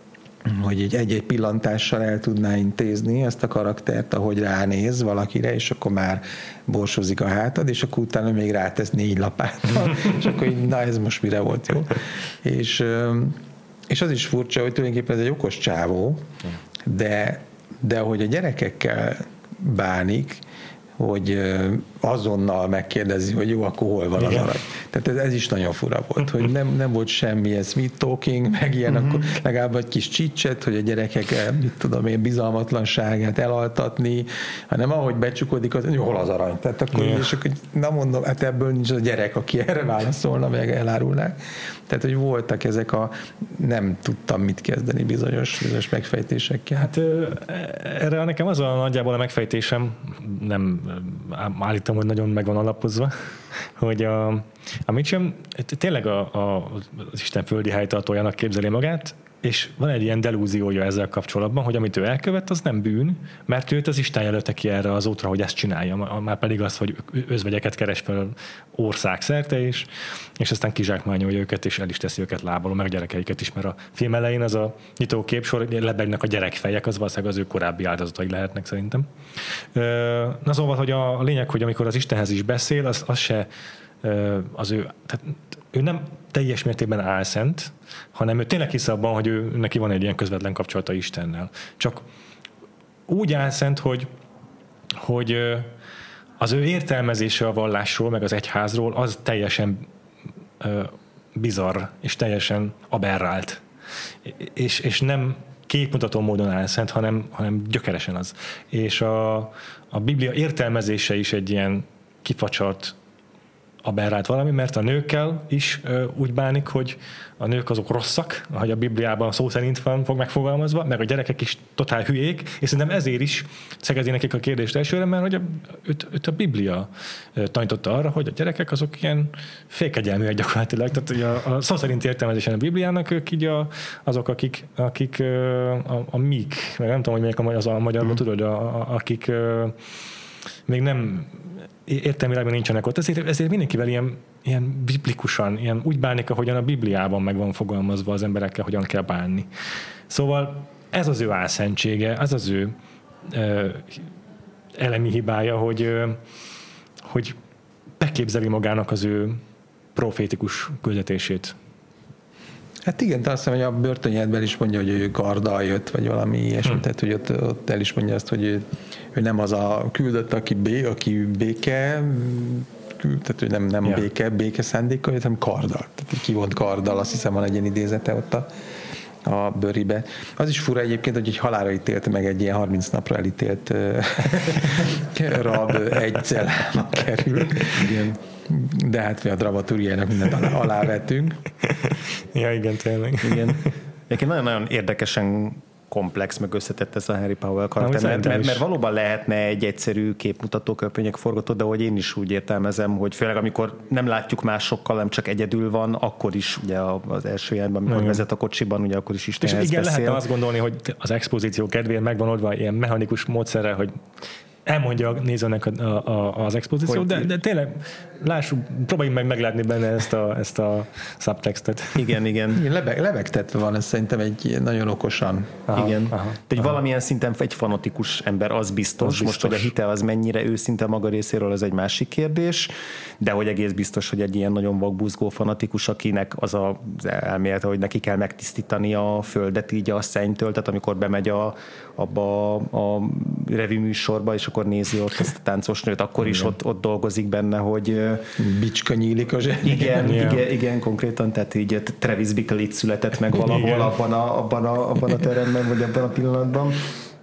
[SPEAKER 3] hogy egy-egy pillantással el tudná intézni ezt a karaktert, ahogy ránéz valakire, és akkor már borsozik a hátad, és akkor utána még rátesz négy lapáttal, és akkor így, na ez most mire volt jó. És, és az is furcsa, hogy tulajdonképpen ez egy okos csávó, de, de hogy a gyerekekkel bánik, hogy azonnal megkérdezi, hogy jó, akkor hol van az arany. Tehát ez, ez is nagyon fura volt, hogy nem, nem volt semmilyen sweet talking, meg ilyen, uh-huh. akkor legalább egy kis csicset, hogy a gyerekek, mit tudom én, bizalmatlanságát elaltatni, hanem ahogy becsukodik, az, hogy hol az arany. Tehát akkor, yeah. és akkor na mondom, hát ebből nincs az a gyerek, aki erre válaszolna, meg elárulnák. Tehát, hogy voltak ezek a, nem tudtam mit kezdeni bizonyos, bizonyos megfejtésekkel.
[SPEAKER 1] Hát erre nekem az a nagyjából a megfejtésem, nem állítom, hogy nagyon meg van alapozva, hogy a, a Mitchum tényleg a, a, az Isten földi helytartójának képzeli magát, és van egy ilyen delúziója ezzel kapcsolatban, hogy amit ő elkövet, az nem bűn, mert őt az Isten jelölte ki erre az útra, hogy ezt csinálja. Már pedig az, hogy özvegyeket keres fel országszerte is, és aztán kizsákmányolja őket, és el is teszi őket lábaló, meg a gyerekeiket is, mert a film elején az a nyitó képsor, lebegnek a gyerekfejek, az valószínűleg az ő korábbi áldozatai lehetnek szerintem. Na szóval, hogy a lényeg, hogy amikor az Istenhez is beszél, az, az se az ő, tehát ő nem teljes mértékben álszent, hanem ő tényleg hisz abban, hogy ő, neki van egy ilyen közvetlen kapcsolata Istennel. Csak úgy álszent, hogy, hogy az ő értelmezése a vallásról, meg az egyházról, az teljesen bizarr, és teljesen aberrált. És, és nem képmutató módon álszent, hanem, hanem gyökeresen az. És a, a Biblia értelmezése is egy ilyen kifacsart aberrált valami, mert a nőkkel is ö, úgy bánik, hogy a nők azok rosszak, ahogy a Bibliában szó szerint van, fog megfogalmazva, meg a gyerekek is totál hülyék, és szerintem ezért is szegezi nekik a kérdést elsőre, mert hogy a, őt, őt a Biblia tanította arra, hogy a gyerekek azok ilyen fékegyelműek gyakorlatilag, tehát a, a szó szerint értelmezésen a Bibliának ők így a, azok, akik, akik a, a mík, meg nem tudom, hogy melyik az a magyarban, mm. tudod, a, a, akik még nem értelmilegben nincsenek ott, ezért, ezért mindenkivel ilyen, ilyen biblikusan, ilyen úgy bánik, ahogyan a Bibliában meg van fogalmazva az emberekkel, hogyan kell bánni. Szóval ez az ő álszentsége, ez az ő ö, elemi hibája, hogy, ö, hogy beképzeli magának az ő profétikus küldetését.
[SPEAKER 3] Hát igen, de azt hiszem, hogy a börtönjedben is mondja, hogy ő karddal jött, vagy valami ilyesmi, hm. tehát hogy ott, ott el is mondja azt, hogy ő, ő nem az a küldött, aki, bé, aki béke, tehát ő nem, nem ja. béke, béke szándékkal jött, hanem karddal. Tehát kivont karddal, azt hiszem van egy ilyen idézete ott a, a bőribe. Az is fura egyébként, hogy egy halálra ítélt meg egy ilyen harminc napra elítélt rab egy cellába kerül. Igen. De hát mi a dramaturgiának mindent alá, alávetünk.
[SPEAKER 1] Ja, igen, tényleg.
[SPEAKER 2] Igen. Egyébként nagyon-nagyon érdekesen komplex, meg összetett ez a Henry Powell karakter, mert, mert, mert valóban lehetne egy egyszerű képmutató köpönyek forgató, de hogy én is úgy értelmezem, hogy főleg amikor nem látjuk másokkal, nem csak egyedül van, akkor is ugye az első jelenben, amikor igen. vezet a kocsiban, ugye akkor is Istenhez beszél.
[SPEAKER 1] És igen, lehetne azt gondolni, hogy az expozíció kedvéért megvan oldva ilyen mechanikus módszerrel, hogy elmondja a nézőnek a, a, az expozíciót, de, de tényleg lássuk, próbáljunk meg meglátni benne ezt a, ezt a subtextet.
[SPEAKER 2] Igen, igen.
[SPEAKER 3] Lebeg, lebegtetve van, ez szerintem egy nagyon okosan.
[SPEAKER 2] Aha, igen. Aha, de aha. valamilyen szinten egy fanatikus ember, az biztos. Az Most, biztos. Hogy a hite az mennyire őszinte maga részéről, az egy másik kérdés, de hogy egész biztos, hogy egy ilyen nagyon vakbuzgó fanatikus, akinek az az elmélete, hogy neki kell megtisztítani a földet így a szennytől, tehát amikor bemegy a, abba a, a revű műsorba, és akkor nézi ott ezt a táncos nőt, akkor igen. is ott, ott dolgozik benne, hogy
[SPEAKER 3] bicska nyílik a zseni.
[SPEAKER 2] Igen, igen, igen, konkrétan, tehát így Travis Bickle itt született meg valahol abban a, abban, a, abban a teremben, vagy abban a pillanatban.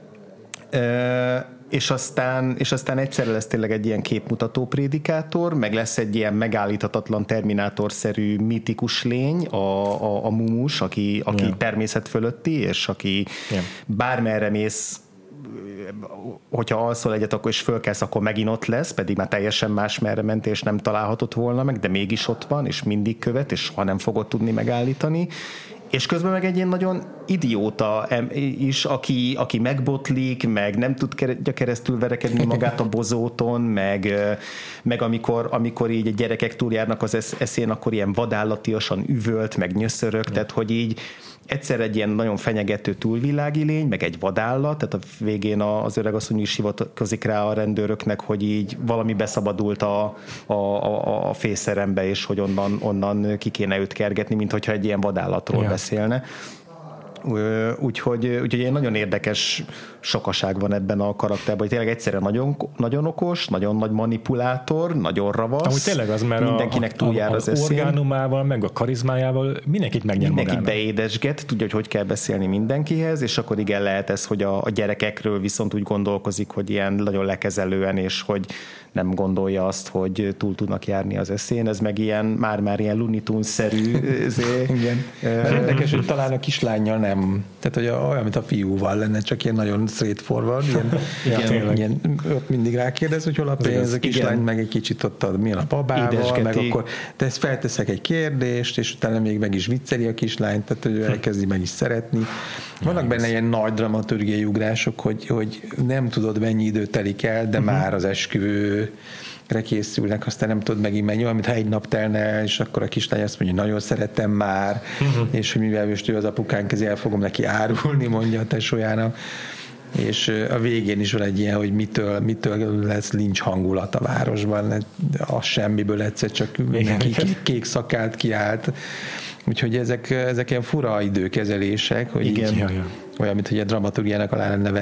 [SPEAKER 2] E, és aztán, és aztán egyszerre lesz tényleg egy ilyen képmutató prédikátor, meg lesz egy ilyen megállíthatatlan terminátorszerű mitikus lény, a, a, a mumus, aki, aki yeah. természet fölötti, és aki yeah. bármerre mész, hogyha alszol egyet, akkor is fölkelsz, akkor megint ott lesz, pedig már teljesen más merre ment, és nem találhatott volna meg, de mégis ott van, és mindig követ, és ha nem fogod tudni megállítani. És közben meg egy ilyen nagyon idióta is, aki, aki megbotlik, meg nem tud keresztül verekedni magát a bozóton, meg, meg amikor, amikor így a gyerekek túljárnak az eszén, akkor ilyen vadállatiasan üvölt, meg nyöszörög, tehát hogy így egyszer egy ilyen nagyon fenyegető túlvilági lény, meg egy vadállat, tehát a végén az öregasszony is hivatkozik rá a rendőröknek, hogy így valami beszabadult a, a, a, a fészerembe, és hogy onnan, onnan ki kéne őt kergetni, mint hogyha egy ilyen vadállatról ja. beszélne. Úgyhogy, úgyhogy egy nagyon érdekes sokaság van ebben a karakterben, hogy tényleg egyszerűen nagyon, nagyon okos, nagyon nagy manipulátor, nagyon ravasz.
[SPEAKER 1] Amúgy tényleg az, mert
[SPEAKER 2] mindenkinek túljár az eszén.
[SPEAKER 1] Az orgánumával, meg a karizmájával mindenkit megnyer
[SPEAKER 2] Mindenkit
[SPEAKER 1] magának.
[SPEAKER 2] beédesget, tudja, hogy hogy kell beszélni mindenkihez, és akkor igen, lehet ez, hogy a, a gyerekekről viszont úgy gondolkozik, hogy ilyen nagyon lekezelően, és hogy nem gondolja azt, hogy túl tudnak járni az eszén, ez meg ilyen, már-már ilyen Looney Tunes-szerű.
[SPEAKER 3] Igen. Érdekes, hogy talán a kislánnyal nem, tehát hogy olyan, mint a fiúval lenne, csak ilyen nagyon straightforward, ilyen, igen, ilyen, ott mindig rákérdez, hogy hol a pénz, a kislány igen. meg egy kicsit ott ad, milyen a babával, édesgeti. Meg akkor de ezt felteszek egy kérdést, és utána még meg is vicceli a kislányt, tehát hogy elkezdi meg is szeretni. Vannak benne ilyen nagy dramaturgiai ugrások, hogy, hogy nem tudod, mennyi idő telik el, de uh-huh. már az esküvőre készülnek, aztán nem tudod megint mennyi, mintha egy nap telne, és akkor a kislány azt mondja, hogy nagyon szeretem már, uh-huh. és hogy mivel most ő az apukánk, ezért el fogom neki árulni, mondja a tesójának. És a végén is van egy ilyen, hogy mitől, mitől lesz lincs hangulat a városban, az semmiből egyszer csak mindenki kék szakált kiállt. Úgyhogy ezek, ezek ilyen fura időkezelések, hogy
[SPEAKER 2] igen.
[SPEAKER 3] Így, olyan, mint hogy a dramaturgiának alá lenne,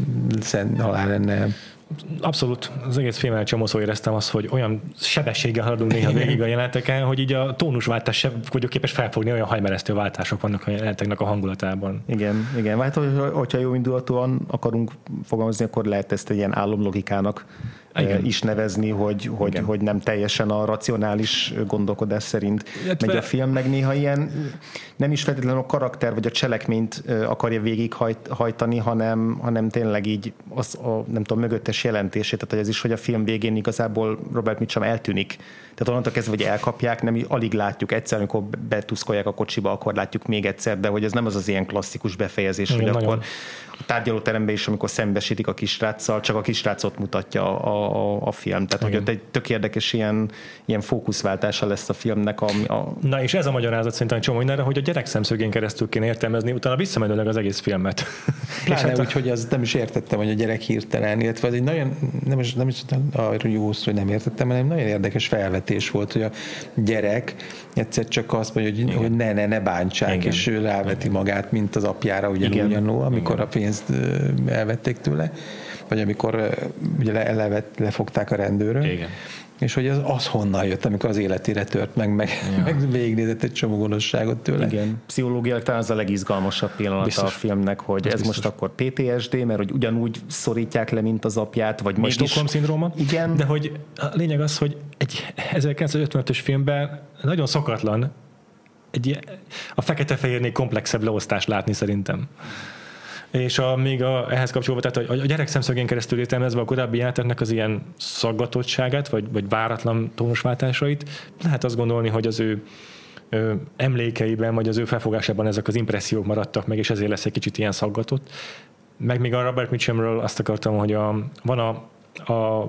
[SPEAKER 3] alá lenne.
[SPEAKER 1] Abszolút. Az egész filmmel csomószor éreztem azt, hogy olyan sebességgel haladunk néha végig a jeleneteken, hogy így a tónusváltás sem vagyok képes felfogni, olyan hajmeresztő váltások vannak a jeleneteknek a hangulatában.
[SPEAKER 2] Igen, igen. Hát, hogyha jó indulatúan akarunk fogalmazni, akkor lehet ezt egy ilyen álomlogikának igen. is nevezni, hogy, hogy, hogy nem teljesen a racionális gondolkodás szerint Illetve... megy a film, meg néha ilyen nem is feltétlenül a karakter vagy a cselekményt akarja végighajtani, hanem, hanem tényleg így az a, nem tudom, mögöttes jelentését, tehát hogy ez is, hogy a film végén igazából Robert Mitchum eltűnik. Tehát onnantól kezdve, hogy elkapják, nem alig látjuk egyszer, amikor betuszkolják a kocsiba, akkor látjuk még egyszer, de hogy ez nem az az ilyen klasszikus befejezés, igen, hogy nagyon. Akkor a tárgyalóteremben is, amikor szembesítik a kisráccal, csak a kisrácot mutatja a, a, a film. Tehát, igen. hogy ott egy tök érdekes ilyen, ilyen fókuszváltása lesz a filmnek. A, a...
[SPEAKER 1] Na és ez a magyarázat szerintem egy csomó mindenre, hogy a gyerek szemszögén keresztül kéne értelmezni, utána visszamenőleg az egész filmet.
[SPEAKER 3] Pláne hát úgy, hogy az nem is értettem, hogy a gyerek hirtelen, illetve az egy nagyon, nem is, nem is arról jó szó, hogy nem értettem, hanem nagyon érdekes felvetés volt, hogy a gyerek egyszer csak azt mondja, hogy, hogy ne, ne, ne bántsák, igen. és ő ráveti magát, mint az apjára ugyanúgy annó, amikor igen. a pénzt elvették tőle, vagy amikor ugye le, le, lefogták a rendőrök. Igen. És hogy az, az honnan jött, amikor az életére tört meg, meg, ja. meg végignézett egy csomó gonoszságot tőle.
[SPEAKER 2] Igen. Pszichológiailag talán az a legizgalmasabb pillanata biztos. A filmnek, hogy ez, ez most akkor pé té es dé, mert hogy ugyanúgy szorítják le, mint az apját, vagy
[SPEAKER 1] mégis... Stockholm-szindróma.
[SPEAKER 2] Igen.
[SPEAKER 1] De hogy a lényeg az, hogy egy ezerkilencszázötvenötös filmben nagyon szokatlan egy a fekete-fehérnél komplexebb leosztást látni szerintem. És a, még a, ehhez kapcsolva, tehát a, a gyerek szemszögén keresztül értelmezve a korábbi játéknak az ilyen szaggatottságát, vagy, vagy váratlan tónusváltásait, lehet azt gondolni, hogy az ő ö, emlékeiben, vagy az ő felfogásában ezek az impressziók maradtak meg, és ezért lesz egy kicsit ilyen szaggatott. Meg még a Robert Mitchumről azt akartam, hogy a, van a, a,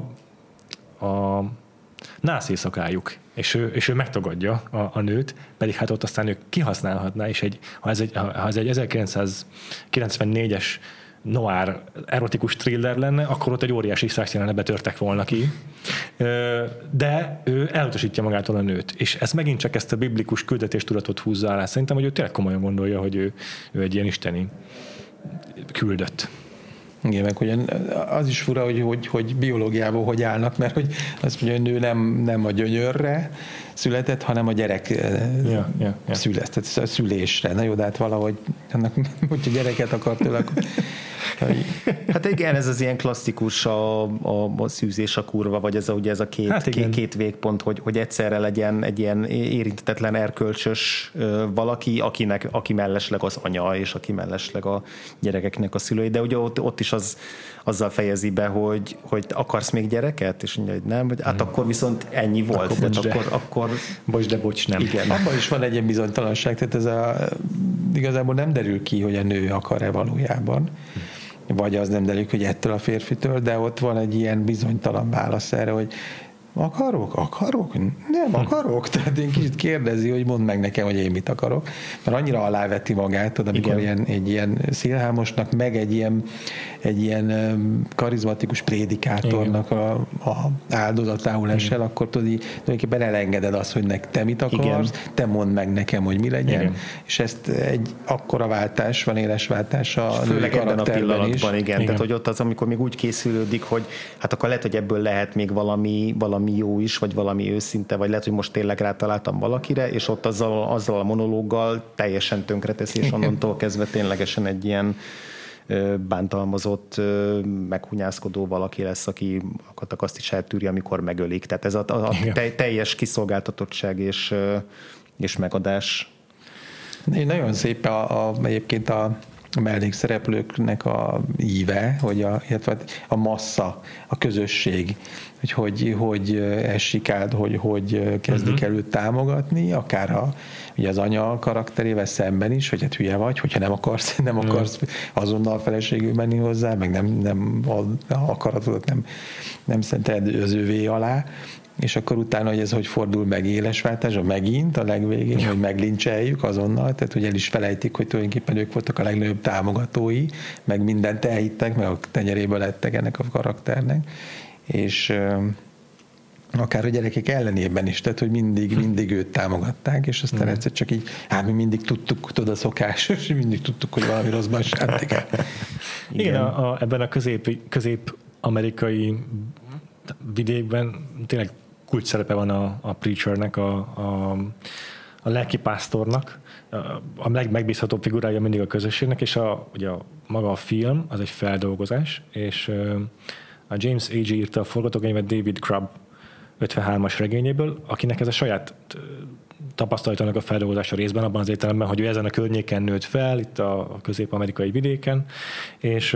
[SPEAKER 1] a nász éjszakájuk, és ő, és ő megtagadja a, a nőt, pedig hát ott aztán ő kihasználhatná, és egy, ha, ez egy, ha ez egy ezerkilencszázkilencvennégyes noir erotikus thriller lenne, akkor ott egy óriási szexjelenetbe törtek volna ki. De ő elutasítja magától a nőt, és ez megint csak ezt a biblikus küldetéstudatot húzza alá. Szerintem, hogy ő tényleg komolyan gondolja, hogy ő, ő egy ilyen isteni küldött.
[SPEAKER 3] Igen, meg hogy az is fura, hogy, hogy, hogy biológiából hogy állnak, mert hogy azt mondja, hogy nő nem, nem a gyönyörre született, hanem a gyerek
[SPEAKER 1] ja, ja, ja.
[SPEAKER 3] született, a szülésre. Na jó, de hát valahogy, annak, hogyha gyereket akar tőle, akkor...
[SPEAKER 2] Hát igen, ez az ilyen klasszikus a, a, a szűzés a kurva, vagy ez a, ugye ez a két, hát két, két végpont, hogy, hogy egyszerre legyen egy ilyen érintetlen erkölcsös valaki, akinek, aki mellesleg az anya, és aki mellesleg a gyerekeknek a szülői, de ugye ott, ott is az, azzal fejezi be, hogy, hogy akarsz még gyereket? És mondja, hogy nem, hogy hát akkor viszont ennyi volt.
[SPEAKER 1] Akkor bocs,
[SPEAKER 2] akkor, akkor...
[SPEAKER 1] bocs, de bocs, nem.
[SPEAKER 3] Igen. Abban is van egy ilyen bizonytalanság, tehát ez a, igazából nem derül ki, hogy a nő akar-e valójában, vagy az nem derül, hogy ettől a férfitől, de ott van egy ilyen bizonytalan válasz erre, hogy akarok? Akarok? Nem akarok. Tehát én kicsit kérdezi, hogy mondd meg nekem, hogy én mit akarok. Mert annyira aláveti magát, tudod, amikor ilyen, egy ilyen szélhámosnak, meg egy ilyen, egy ilyen karizmatikus prédikátornak a, a áldozatául esel, igen. Akkor tudod, így, tulajdonképpen elengeded azt, hogy nek, te mit akarsz, igen. Te mondd meg nekem, hogy mi legyen. Igen. És ezt egy akkora váltás van, éles váltás a női karakterben is.
[SPEAKER 2] Igen. igen. Tehát, hogy ott az, amikor még úgy készülődik, hogy hát akkor lehet, hogy ebből lehet még valami, valami jó is, vagy valami őszinte, vagy lehet, hogy most tényleg rátaláltam valakire, és ott azzal, azzal a monológgal teljesen tönkreteszi, és onnantól kezdve ténylegesen egy ilyen bántalmazott, meghunyászkodó valaki lesz, aki azt is eltűri, amikor megölik. Tehát ez a, a, a teljes kiszolgáltatottság és, és megadás.
[SPEAKER 3] Nagyon szép a, a, egyébként a a mellékszereplőknek a íve, hogy a, a massza, a közösség, hogy hogy, hogy esik át, hogy, hogy kezdik uh-huh. el őt támogatni, akár a, ugye az anya karakterével szemben is, hogy hát hülye vagy, hogyha nem akarsz, nem akarsz uh-huh. azonnal feleségül menni hozzá, meg nem, nem a akaratodat nem, nem szenteled az övé alá, és akkor utána, hogy ez hogy fordul meg élesváltásra, megint a legvégén, ja. hogy meglincseljük azonnal, tehát hogy el is felejtik, hogy tulajdonképpen ők voltak a legnagyobb támogatói, meg mindent elhittek, meg a tenyeréből lettek ennek a karakternek, és euh, akár a gyerekek ellenében is, tehát hogy mindig, mindig őt támogatták, és aztán mm. egyszer csak így, hát mi mindig tudtuk, tudod a szokásos, mindig tudtuk, hogy valami rosszban sántik el.
[SPEAKER 1] Igen, Igen a, a, ebben a közép, közép-amerikai vidékben tényleg kulcs szerepe van a, a preachernek, a, a, a lelkipásztornak, a legmegbízhatóbb figurája mindig a közösségnek, és a, ugye a, maga a film, az egy feldolgozás, és a James A G írta a forgatókönyvet David Crubb ötvenhármas regényéből, akinek ez a saját tapasztalatának a feldolgozása részben, abban az értelemben, hogy ő ezen a környéken nőtt fel, itt a közép-amerikai vidéken, és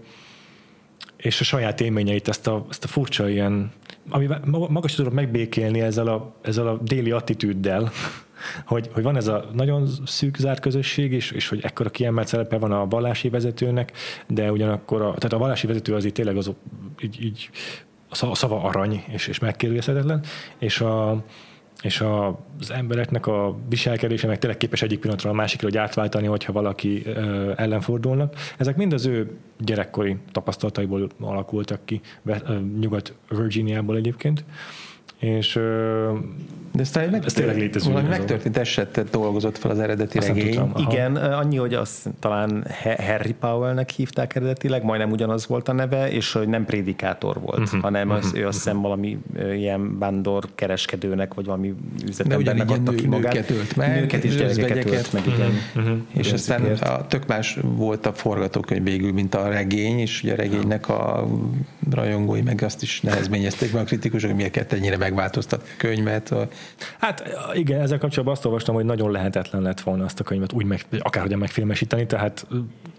[SPEAKER 1] és a saját élményeit, ezt a, ezt a furcsa ilyen, amivel maga sem tudok megbékélni ezzel a, ezzel a déli attitűddel, hogy, hogy van ez a nagyon szűk zárt közösség, és, és hogy ekkora kiemelt szerepe van a vallási vezetőnek, de ugyanakkor a, tehát a vallási vezető az így tényleg az, így, így a szava arany, és, és megkérdőjelezhetetlen, és a és a, az embereknek a viselkedése meg tényleg képes egyik pillanatra a másikra, hogy átváltani, hogyha valaki ö, ellenfordulnak. Ezek mind az ő gyerekkori tapasztalataiból alakultak ki, Nyugat-Virginiából egyébként. És ö,
[SPEAKER 3] de ez tényleg, ez tényleg létező. Valami megtörtént esetet dolgozott fel az eredeti
[SPEAKER 2] azt
[SPEAKER 3] regény.
[SPEAKER 2] Igen, annyi, hogy azt talán Harry Powell-nek hívták eredetileg, majdnem ugyanaz volt a neve, és hogy nem prédikátor volt, uh-huh. hanem az, ő azt hiszem valami ilyen vándor kereskedőnek, vagy valami üzletembernek adta ki magát.
[SPEAKER 3] Nőket ölt meg,
[SPEAKER 2] nőket és gyerekeket ölt meg, igen.
[SPEAKER 3] Uh-huh. És aztán a, tök más volt a forgatókönyv végül, mint a regény, és ugye a regénynek a rajongói meg azt is nehezményezték meg a kritikusok, hogy miért kellett ennyire megváltoztatni a könyvet.
[SPEAKER 1] Hát igen, ezzel kapcsolatban azt olvastam, hogy nagyon lehetetlen lett volna azt a könyvet úgy meg, akárhogyan megfilmesíteni, tehát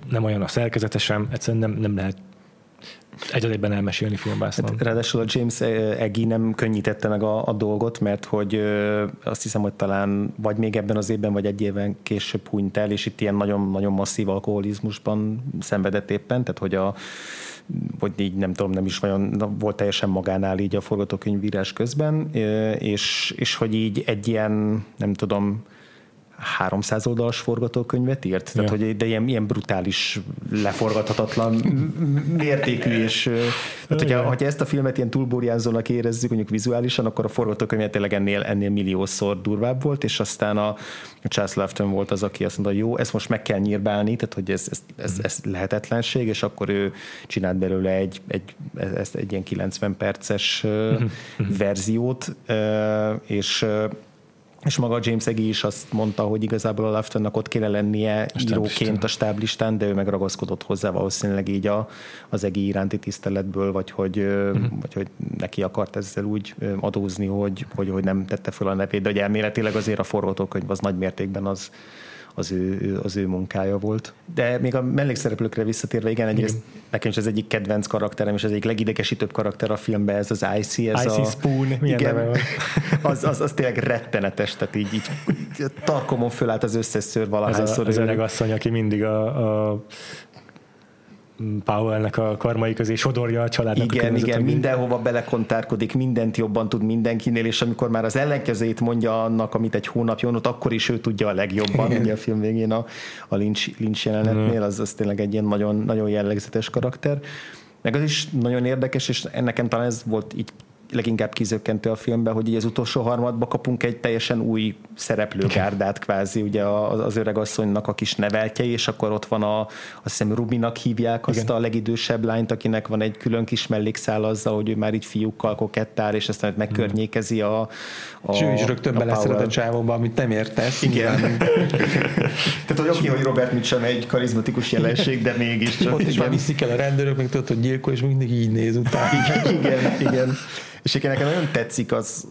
[SPEAKER 1] nem olyan a szerkezete sem, egyszerűen nem, nem lehet egyedében elmesélni filmbászban.
[SPEAKER 2] Hát, ráadásul a James Eggy nem könnyítette meg a, a dolgot, mert hogy ö, azt hiszem, hogy talán vagy még ebben az évben, vagy egy éven később hunyt el, és itt ilyen nagyon-nagyon masszív alkoholizmusban szenvedett éppen, tehát hogy a vagy így nem tudom, nem is olyan, volt teljesen magánál így a forgatókönyvírás közben, és, és hogy így egy ilyen, nem tudom, háromszáz oldalas forgatókönyvet írt, ja. Tehát, hogy de ilyen, ilyen brutális, leforgathatatlan mértékű, és tehát, hogyha, hogyha ezt a filmet ilyen túlburjánzónak érezzük, mondjuk vizuálisan, akkor a forgatókönyv tényleg ennél, ennél milliószor durvább volt, és aztán a, a Charles Laughton volt az, aki azt mondta, jó, ezt most meg kell nyírbálni, tehát, hogy ez, ez, ez, ez lehetetlenség, és akkor ő csinált belőle egy, egy, ezt egy ilyen kilencven perces verziót, és és maga James Eggy is azt mondta, hogy igazából a Laughtonnak ott kéne lennie a íróként a stáblistán, de ő meg ragaszkodott hozzá valószínűleg így a, az Eggy iránti tiszteletből, vagy hogy, uh-huh. vagy hogy neki akart ezzel úgy adózni, hogy, hogy, hogy nem tette föl a nevét, de hogy elméletileg azért a forgatókönyv az nagy mértékben az, az, ő, az ő munkája volt. De még a mellékszereplőkre visszatérve, igen, egyrészt nekem is az egyik kedvenc karakterem, és az egyik legidegesítőbb karakter a filmben, ez az Icy. Ez
[SPEAKER 1] Icy
[SPEAKER 2] a,
[SPEAKER 1] Spoon, milyen
[SPEAKER 2] igen,
[SPEAKER 1] neve van?
[SPEAKER 2] Az, az, az tényleg rettenetes, tehát így, így tarkomon fölállt az összes szőr valahányszor.
[SPEAKER 1] Ez a, az öreg asszony, aki mindig a, a Powell-nek a karmai közé sodorja a családnak.
[SPEAKER 2] Igen,
[SPEAKER 1] a
[SPEAKER 2] igen, mindenhova belekontárkodik, mindent jobban tud mindenkinél, és amikor már az ellenkezőjét mondja annak, amit egy hónapja ott, akkor is ő tudja a legjobban, ugye a film végén a, a Lynch, Lynch jelenetnél, az, az tényleg egy ilyen nagyon, nagyon jellegzetes karakter. Meg az is nagyon érdekes, és nekem talán ez volt így leginkább kizökkentő a filmben, hogy így az utolsó harmadba kapunk egy teljesen új szereplőgárdát kvázi, ugye az öregasszonynak a kis neveltjei, és akkor ott van a, azt hiszem Rubinak hívják azt, igen, a legidősebb lányt, akinek van egy külön kis mellékszál azzal, hogy ő már így fiúkkal kokettál, és aztán megkörnyékezi a, a
[SPEAKER 3] és ő is rögtön beleszeret a csávóba, amit nem értesz.
[SPEAKER 2] Igen. Tehát, hogy oké, hogy Robert Mitchum egy karizmatikus jelenség, de mégis csak.
[SPEAKER 3] Ott is már viszik el a rendőrök, meg tudod, hogy gyilkol, és mindig így néz utána.
[SPEAKER 2] Igen, igen, igen. És igen, nekem nagyon tetszik az,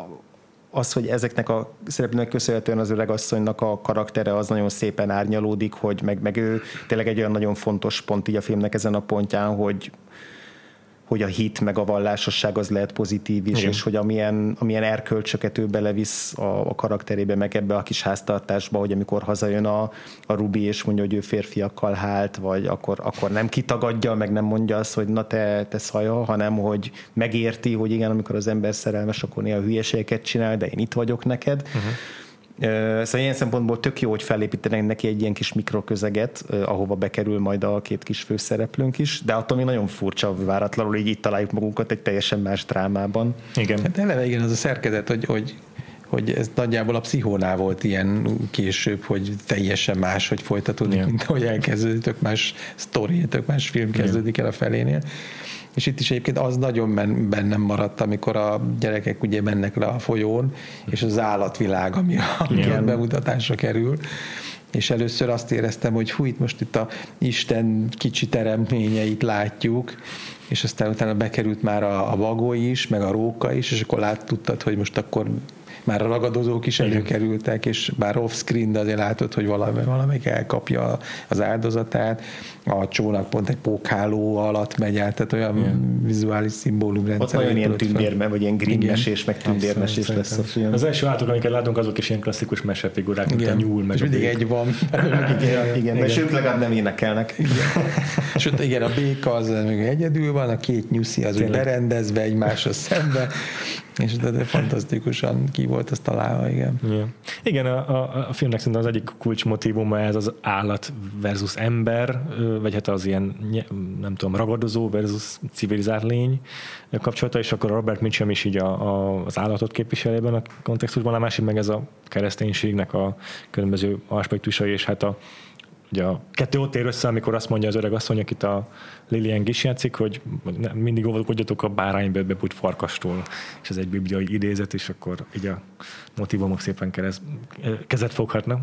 [SPEAKER 2] az, hogy ezeknek a szereplőnek köszönhetően az öregasszonynak a karaktere az nagyon szépen árnyalódik, hogy meg, meg ő tényleg egy olyan nagyon fontos pont így a filmnek ezen a pontján, hogy hogy a hit meg a vallásosság az lehet pozitív is, igen, és hogy amilyen, amilyen erkölcsöket ő belevisz a, a karakterébe, meg ebbe a kis háztartásba, hogy amikor hazajön a, a Ruby, és mondja, hogy ő férfiakkal hált, vagy akkor, akkor nem kitagadja, meg nem mondja azt, hogy na te, te szaja, hanem hogy megérti, hogy igen, amikor az ember szerelmes, akkor néha hülyeségeket csinál, de én itt vagyok neked. Uh-huh. Szóval ilyen szempontból tök jó, hogy felépítenek neki egy ilyen kis mikroközeget, ahova bekerül majd a két kis főszereplőnk is, de attól még nagyon furcsa, váratlanul így itt találjuk magunkat egy teljesen más drámában.
[SPEAKER 3] Igen. Hát eleve igen, az a szerkezet, hogy, hogy, hogy ez nagyjából a Pszichónál volt ilyen később, hogy teljesen más, hogy folytatódik, igen, mint ahogy elkezdődik, tök más sztori, tök más film kezdődik el a felénél. És itt is egyébként az nagyon bennem maradt, amikor a gyerekek ugye mennek le a folyón, és az állatvilág, ami a bemutatásra kerül. És először azt éreztem, hogy hú, itt most itt a Isten kicsi teremtményeit látjuk, és aztán utána bekerült már a, a bagói is, meg a róka is, és akkor láttudtad, hogy most akkor már a ragadozók is előkerültek, és bár off-screen, de azért látod, hogy valami, valamelyik elkapja az áldozatát. A csónak pont egy pókháló alatt megy át, tehát olyan yeah. vizuális szimbólumrendszer.
[SPEAKER 2] Ott nagyon ilyen tündérme, vagy ilyen grimmesés, meg tündérmesés lesz a film.
[SPEAKER 1] Az első állatok, amiket látunk, azok is ilyen klasszikus mesefigurák, mint a nyúl, meg
[SPEAKER 3] és mindig egy van.
[SPEAKER 2] igen, igen, igen, mert ők legalább nem énekelnek.
[SPEAKER 3] Igen. És ott igen, a béka az egyedül van, a két nyuszi az úgy berendezve egymásra szembe, és de fantasztikusan ki volt az találva, igen.
[SPEAKER 1] Igen, igen a, a, a filmnek szerintem az egyik kulcsmotívuma ez az állat versus ember, vagy hát az ilyen, nem tudom, ragadozó versus civilizált lény kapcsolata, és akkor Robert Mitchum is így a, a, az állatot képvisel ebben a kontextusban, a másik meg ez a kereszténységnek a különböző aspektusai, és hát a ugye a kettő ott ér össze, amikor azt mondja az öreg asszony, akit a Lillian Gish játszik, hogy mindig óvakodjatok a bárányből bebújt farkastól, és ez egy bibliai idézet, és akkor így a motivumok szépen kerez, kezet foghatnak.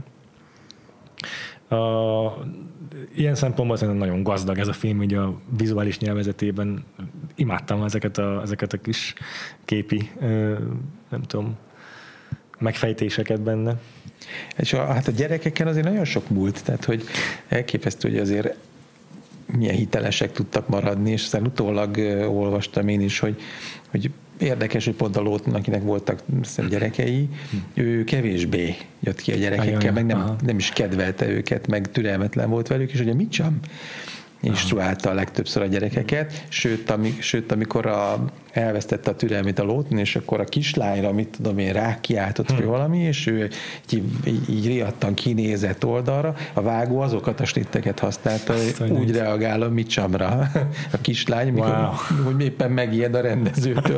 [SPEAKER 1] A, ilyen szempontból szerintem nagyon gazdag ez a film, így a vizuális nyelvezetében imádtam ezeket a, ezeket a kis képi, nem tudom, megfejtéseket benne.
[SPEAKER 3] És a, hát a gyerekekkel azért nagyon sok múlt, tehát hogy elképesztő, hogy azért milyen hitelesek tudtak maradni, és aztán utólag uh, olvastam én is, hogy, hogy érdekes, hogy pont a Lawton, akinek voltak gyerekei, ő kevésbé jött ki a gyerekekkel, meg nem, nem is kedvelte őket, meg türelmetlen volt velük, és ugye Mitchum instruálta a legtöbbször a gyerekeket, sőt, ami, sőt amikor a, elvesztette a türelmét a Lawton, és akkor a kislányra, mit tudom én, rákiáltott hmm. valami, és ő így, így, így riadtan kinézett oldalra, a vágó azokat a snitteket használta, azt úgy nincs. Reagál a Mitchumra a kislány, wow. mikor, hogy éppen megijed a rendezőtől.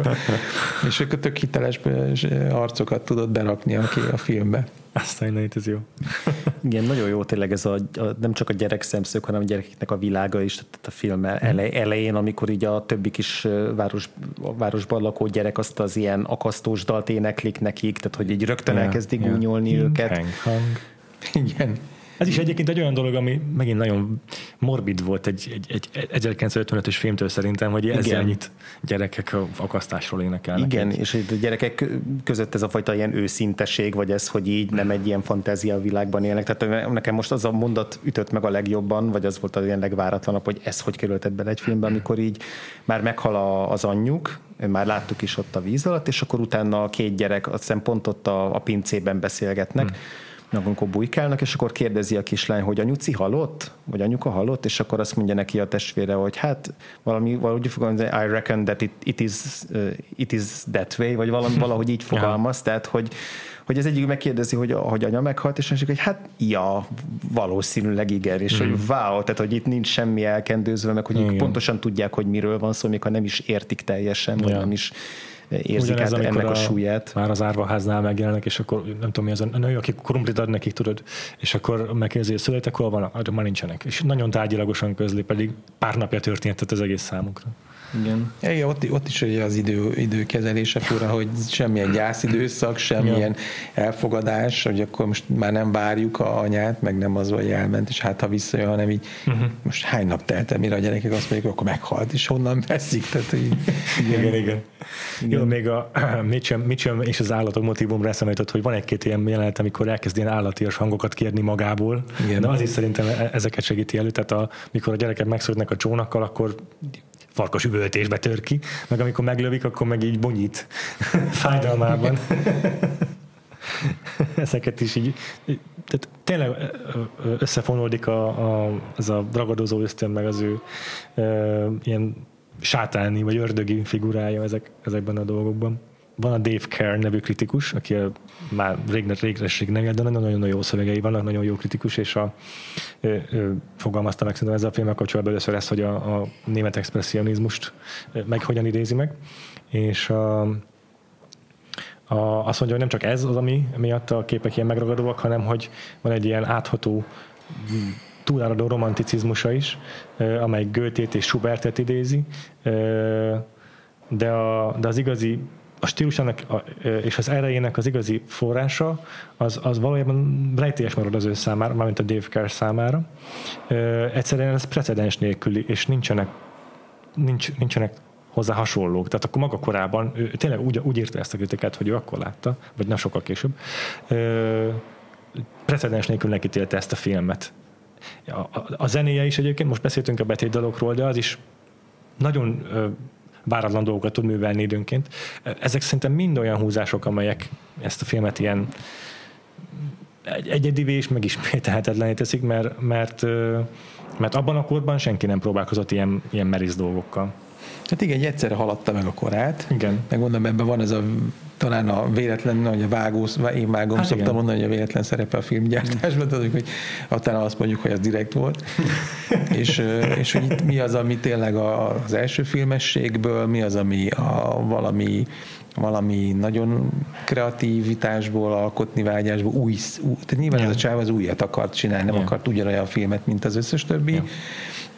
[SPEAKER 3] És akkor tök hiteles arcokat tudott berakni a, a filmbe.
[SPEAKER 1] Aztán ez jó.
[SPEAKER 2] Igen, nagyon jó tényleg ez a, a nem csak a gyerek szemszög, hanem a gyerekeknek a világa is, tehát a film elej, elején, amikor így a többi kis város, városban lakó gyerek azt az ilyen akasztós dalt éneklik nekik, tehát hogy így rögtön yeah, elkezdik yeah. gúnyolni yeah. őket.
[SPEAKER 1] Hang, hang.
[SPEAKER 3] Igen.
[SPEAKER 1] Ez is egyébként egy olyan dolog, ami megint nagyon morbid volt egy, egy, egy ezerkilencszázötvenötös filmtől szerintem, hogy ezzel ennyit gyerekek a akasztásról énekelnek.
[SPEAKER 2] Igen, egy. És a gyerekek között ez a fajta ilyen őszinteség, vagy ez, hogy így nem egy ilyen fantázia világban élnek. Tehát nekem most az a mondat ütött meg a legjobban, vagy az volt a ilyen legváratlanabb, hogy ez hogy kerültett bele egy filmbe, amikor így már meghal a, az anyjuk, már láttuk is ott a víz alatt, és akkor utána a két gyerek azt hiszem pont ott a, a pincében beszélgetnek, hmm. amikor bujkálnak, és akkor kérdezi a kislány, hogy anyuci halott? Vagy anyuka halott? És akkor azt mondja neki a testvére, hogy hát valami, valahogy fogalmaz, I reckon that it, it, is, uh, it is that way, vagy valami, valahogy így fogalmaz, tehát hogy, hogy ez egyik megkérdezi, hogy, hogy anya meghalt, és mondjuk, hogy hát ja, valószínűleg igen, és mm. hogy wow, tehát hogy itt nincs semmi elkendőzve, meg hogy ők pontosan tudják, hogy miről van szó, még ha nem is értik teljesen, vagy ja. nem is érzik
[SPEAKER 1] ugyanez,
[SPEAKER 2] át ennek a, a súlyát.
[SPEAKER 1] Már az árvaháznál megjelennek, és akkor nem tudom mi az a nő, aki krumplit ad nekik, tudod, és akkor megkérdezi, hogy születek, hol vannak, már nincsenek. És nagyon tárgyilagosan közli, pedig pár napja történt az egész számukra.
[SPEAKER 3] Igen. Igen, ott, ott is ugye az idő, időkezelése fura, hogy semmilyen gyászidőszak, semmilyen ja. elfogadás, hogy akkor most már nem várjuk a anyát, meg nem az, hogy elment, és hát ha visszajön, hanem így uh-huh. most hány nap telt el, mire a gyerekek azt mondják, akkor meghalt, és honnan veszik. Tehát, így,
[SPEAKER 1] igen, igen, igen. igen. Jó, még a Mitchum, Mitchum és az állatok motivumra eszembe jutott, hogy van egy-két ilyen jelenet, amikor elkezd ilyen állatias hangokat kérni magából, igen. de az is szerintem ezeket segíti elő, tehát a, mikor a gyerekek megszületnek a csónakkal, akkor farkas üvöltésbe tör ki, meg amikor meglövik, akkor meg így bonyít fájdalmában. Ezeket is így, tehát tényleg összefonódik a, a, az a ragadozó ösztön, meg az ő e, ilyen sátáni vagy ördögi figurája ezek, ezekben a dolgokban. Van a Dave Kerr nevű kritikus, aki a, már rég-rég nem él, de nagyon-nagyon jó szövegei vannak, nagyon jó kritikus, és a, ő, ő fogalmazta meg szerintem ezzel a filmmel kapcsolatban először ezt, hogy a, a német expresszionizmust meg hogyan idézi meg, és a, a, azt mondja, hogy nem csak ez az, ami miatt a képek ilyen megragadóak, hanem hogy van egy ilyen átható túláradó romanticizmusa is, amely Goethe-t és Schubertet idézi, de, a, de az igazi a stílusának és az erejének az igazi forrása, az, az valójában rejtélyes marad az ő számára, mármint a Dave Kerr számára. Egyszerűen ez precedens nélküli, és nincsenek, nincs, nincsenek hozzá hasonlók. Tehát akkor maga korában, ő tényleg úgy, úgy írta ezt a kritikát, hogy ő akkor látta, vagy nem sokkal később, precedens nélkül nekítélte ezt a filmet. A, a, a zenéje is egyébként, most beszéltünk a betétdalokról, de az is nagyon váratlan dolgokat tud művelni időnként. Ezek szerintem mind olyan húzások, amelyek ezt a filmet ilyen egyedivé és megismételhetetlené teszik, mert, mert, mert abban a korban senki nem próbálkozott ilyen, ilyen merész dolgokkal.
[SPEAKER 3] Hát igen, egyszerre haladta meg a korát.
[SPEAKER 1] Igen.
[SPEAKER 3] Meg mondom, ebben van ez a talán a véletlen, hogy a vágó, én vágom, hát szoktam igen. mondani, hogy a véletlen szerepe a filmgyártásban, tehát, hogy utána azt mondjuk, hogy az direkt volt. és, és hogy itt mi az, ami tényleg az első filmességből, mi az, ami a valami valami nagyon kreativitásból, alkotni vágyásból, új, új tehát nyilván ja. ez a csáv az újat akart csinálni, nem ja. akart ugyanolyan filmet, mint az összes többi. Ja.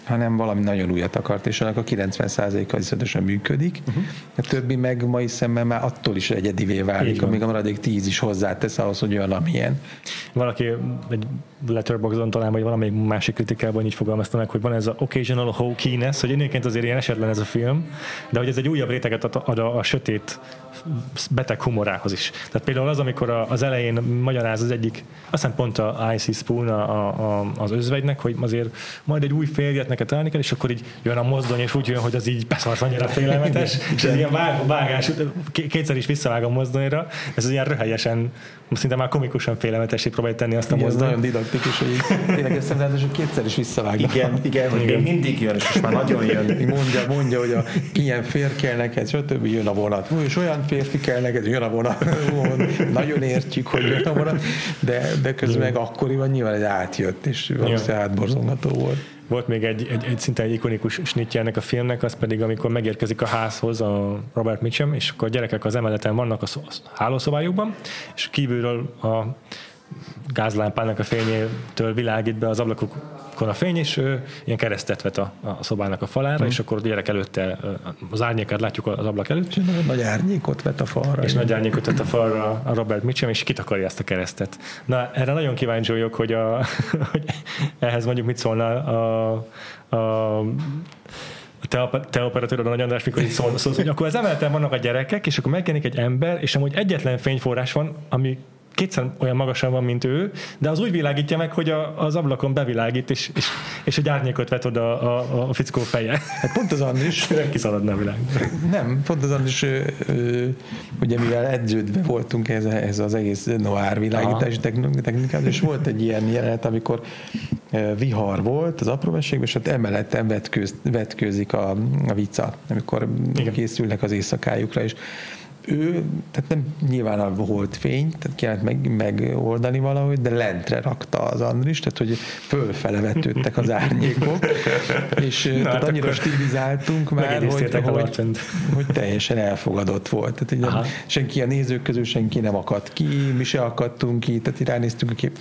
[SPEAKER 3] hanem valami nagyon újat akart, és annak a kilencven százaléka viszontosan működik. Uh-huh. A többi meg mai szemmel már attól is egyedivé válik, amíg a maradék tíz is hozzátesz ahhoz, hogy olyan, amilyen.
[SPEAKER 1] Valaki egy Letterboxdon talán, vagy valamelyik másik kritikában így fogalmazta meg, hogy van ez a occasional hokiness, hogy egyébként azért ilyen esetlen ez a film, de hogy ez egy újabb réteget ad a, a sötét beteg humorához is. Tehát például az, amikor az elején magyaráz az egyik, aztán pont a Icy Spoon a, a, az özvegynek, hogy azért majd egy új férjet neked találni kell, és akkor így jön a mozdony, és úgy jön, hogy az így beszarsz annyira félelmetes, és ez ilyen vág, vágás, kétszer is visszavág a mozdonyra, ez ilyen röhelyesen, szinte már komikusan félelmetesé próbálja tenni azt a mozdony.
[SPEAKER 3] Ez nagyon didaktikus, hogy tényleg eszembe, hogy kétszer is visszavág.
[SPEAKER 2] Igen, igen, hogy még mindig jön, és már nagyon jön.
[SPEAKER 3] Mondja, mondja, hogy a, ilyen fér kell neked, stb. Jön a vonat. És olyan férfi kell neked, jön a vonat. Nagyon értjük, hogy jön a vonat, de, de közben meg akkoriban nyilván egy átjött, és valószínűleg átborzongató volt.
[SPEAKER 1] Volt még egy, egy, egy szinte egy ikonikus snitje ennek a filmnek, az pedig, amikor megérkezik a házhoz a Robert Mitchum, és akkor a gyerekek az emeleten vannak a hálószobájukban, és kívülről a gázlámpának a fényétől világít be az ablakokon a fény, és ő ilyen keresztet vet a, a szobának a falára, mm. és akkor a gyerek előtte, az árnyékát látjuk az ablak előtt.
[SPEAKER 3] És nagy árnyékot vet a falra.
[SPEAKER 1] És nagy árnyékot vet a falra a Robert Mitchum, és kitakarja ezt a keresztet. Na, erre nagyon kíváncsi vagyok, hogy, a, hogy ehhez mondjuk mit szólna a, a te, te operatőröd, a Nagy András, mikor így szól, szól, hogy akkor az emeleten vannak a gyerekek, és akkor megjelenik egy ember, és amúgy egyetlen fényforrás van, ami kétszer olyan magasan van, mint ő, de az úgy világítja meg, hogy a, az ablakon bevilágít, és, és, és egy árnyékot vet oda a, a, a fickó feje.
[SPEAKER 3] Hát pont az Andris.
[SPEAKER 1] Kiszaladna a világ.
[SPEAKER 3] Nem, pont az Andris, ugye mivel edződve voltunk ez, ez az egész noir világítási technikát, és volt egy ilyen jelenet, amikor vihar volt az apróbességben, és ott emeleten vetkőz, vetkőzik a, a vica, amikor igen. készülnek az éjszakájukra, és ő, tehát nem nyilván a holdfény, tehát kellett meg, megoldani valahogy, de lentre rakta az Andris, tehát hogy fölfele vetődtek az árnyékok, és na, tehát hát annyira stilizáltunk már, hogy, hogy, hogy teljesen elfogadott volt. Tehát ugye senki a nézők közül senki nem akadt ki, mi se akadtunk ki, tehát ránéztünk a kép,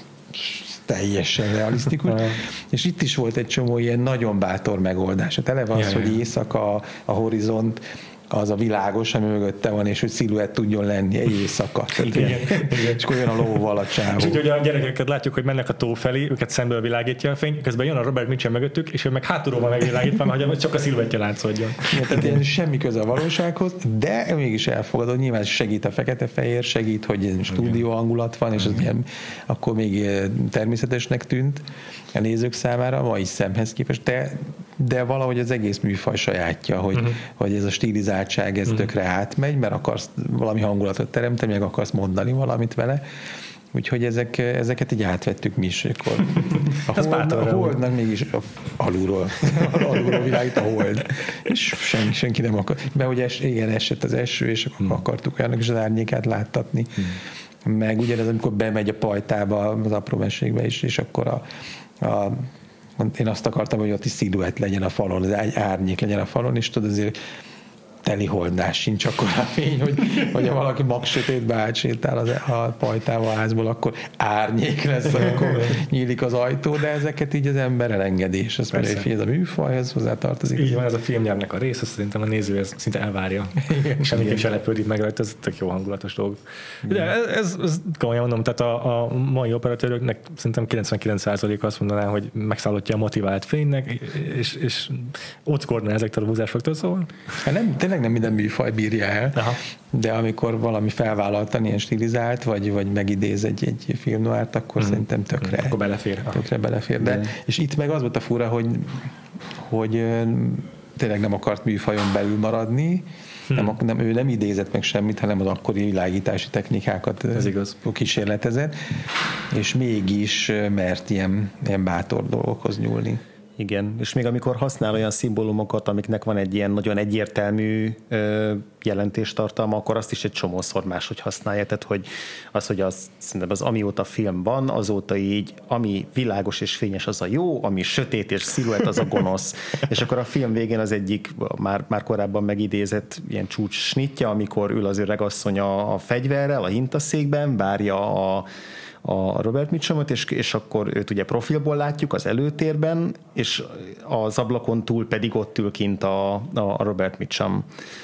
[SPEAKER 3] teljesen realisztikus, és itt is volt egy csomó ilyen nagyon bátor megoldás. Hát eleve az, ja, hogy éjszaka a, a horizont az a világos, ami mögötte van, és hogy sziluett tudjon lenni egy éjszaka. Igen, igen. És akkor jön a lóval a csávó.
[SPEAKER 1] És úgy, hogy a gyerekeket látjuk, hogy mennek a tó felé, őket szemből világítja a fény, közben jön a Robert Mitchum mögöttük, és ő meg hátulról van megvilágítva, hogy csak a sziluettje látszódjon.
[SPEAKER 3] Igen, tehát ilyen semmi köze a valósághoz, de mégis elfogadod, nyilván segít a fekete-fehér, segít, hogy stúdió hangulat van, és az ilyen, akkor még természetesnek tűnt a nézők számára, mai szemhez képest, de, de valahogy az egész műfaj sajátja, hogy, uh-huh. hogy ez a stilizáltság, ez uh-huh. tökre átmegy, mert akarsz valami hangulatot teremteni, meg akarsz mondani valamit vele. Úgyhogy ezek, ezeket így átvettük mi is. Akkor a, hold, a holdnak mégis alulról, alulról világít a hold. És senki, senki nem akar. Mert ugye es, igen, esett az eső, és akkor hmm. akartuk olyanok is az árnyékát láttatni. Hmm. Meg ugyanez, amikor bemegy a pajtába, az apró meségbe is, és akkor a, a én azt akartam, hogy ott is sziluett legyen a falon, az árnyék legyen a falon, és tudod, azért teli holdás sincs akkor a fény, hogy, hogy ha valaki magsötétbe átsétál az, a pajtával a házból, akkor árnyék lesz, amikor nyílik az ajtó, de ezeket így az ember elengedi, és azt mondja, hogy ez a műfajhoz hozzátartozik.
[SPEAKER 1] Így van, ez a filmnyelvnek a rész, azt szerintem a néző ez szinte elvárja. Semmiképp se lepődik meg rajta, ez tök jó hangulatos dolog. De ez, ez komolyan mondom, tehát a, a mai operatőröknek szerintem kilencvenkilenc százalék azt mondaná, hogy megszállottja a motivált fénynek, és, és óckodna ezektől a húzásoktól, szóval.
[SPEAKER 3] Hát nem, tényleg nem minden műfaj bírja el, aha. de amikor valami felvállaltan ilyen stilizált, vagy, vagy megidéz egy, egy filmnoárt, akkor mm. szerintem tökre,
[SPEAKER 1] akkor belefér.
[SPEAKER 3] tökre belefér. De, és itt meg az volt a fura, hogy, hogy tényleg nem akart műfajon belül maradni, hmm. nem, nem, ő nem idézett meg semmit, hanem az akkori világítási technikákat
[SPEAKER 1] ez igaz.
[SPEAKER 3] kísérletezett, és mégis mert ilyen, ilyen bátor dolgokhoz nyúlni.
[SPEAKER 2] Igen, és még amikor használ olyan szimbólumokat, amiknek van egy ilyen nagyon egyértelmű ö, jelentéstartalma, akkor azt is egy csomószor máshogy használja. Tehát, hogy az, hogy az, szerintem az amióta film van, azóta így, ami világos és fényes, az a jó, ami sötét és sziluett, az a gonosz. És akkor a film végén az egyik már, már korábban megidézett ilyen csúcs snitja, amikor ül az öregasszony a, a fegyverrel, a hintaszékben, várja a a Robert Mitchumot, és, és akkor őt ugye profilból látjuk az előtérben, és az ablakon túl pedig ott ül kint a, a Robert Mitchum.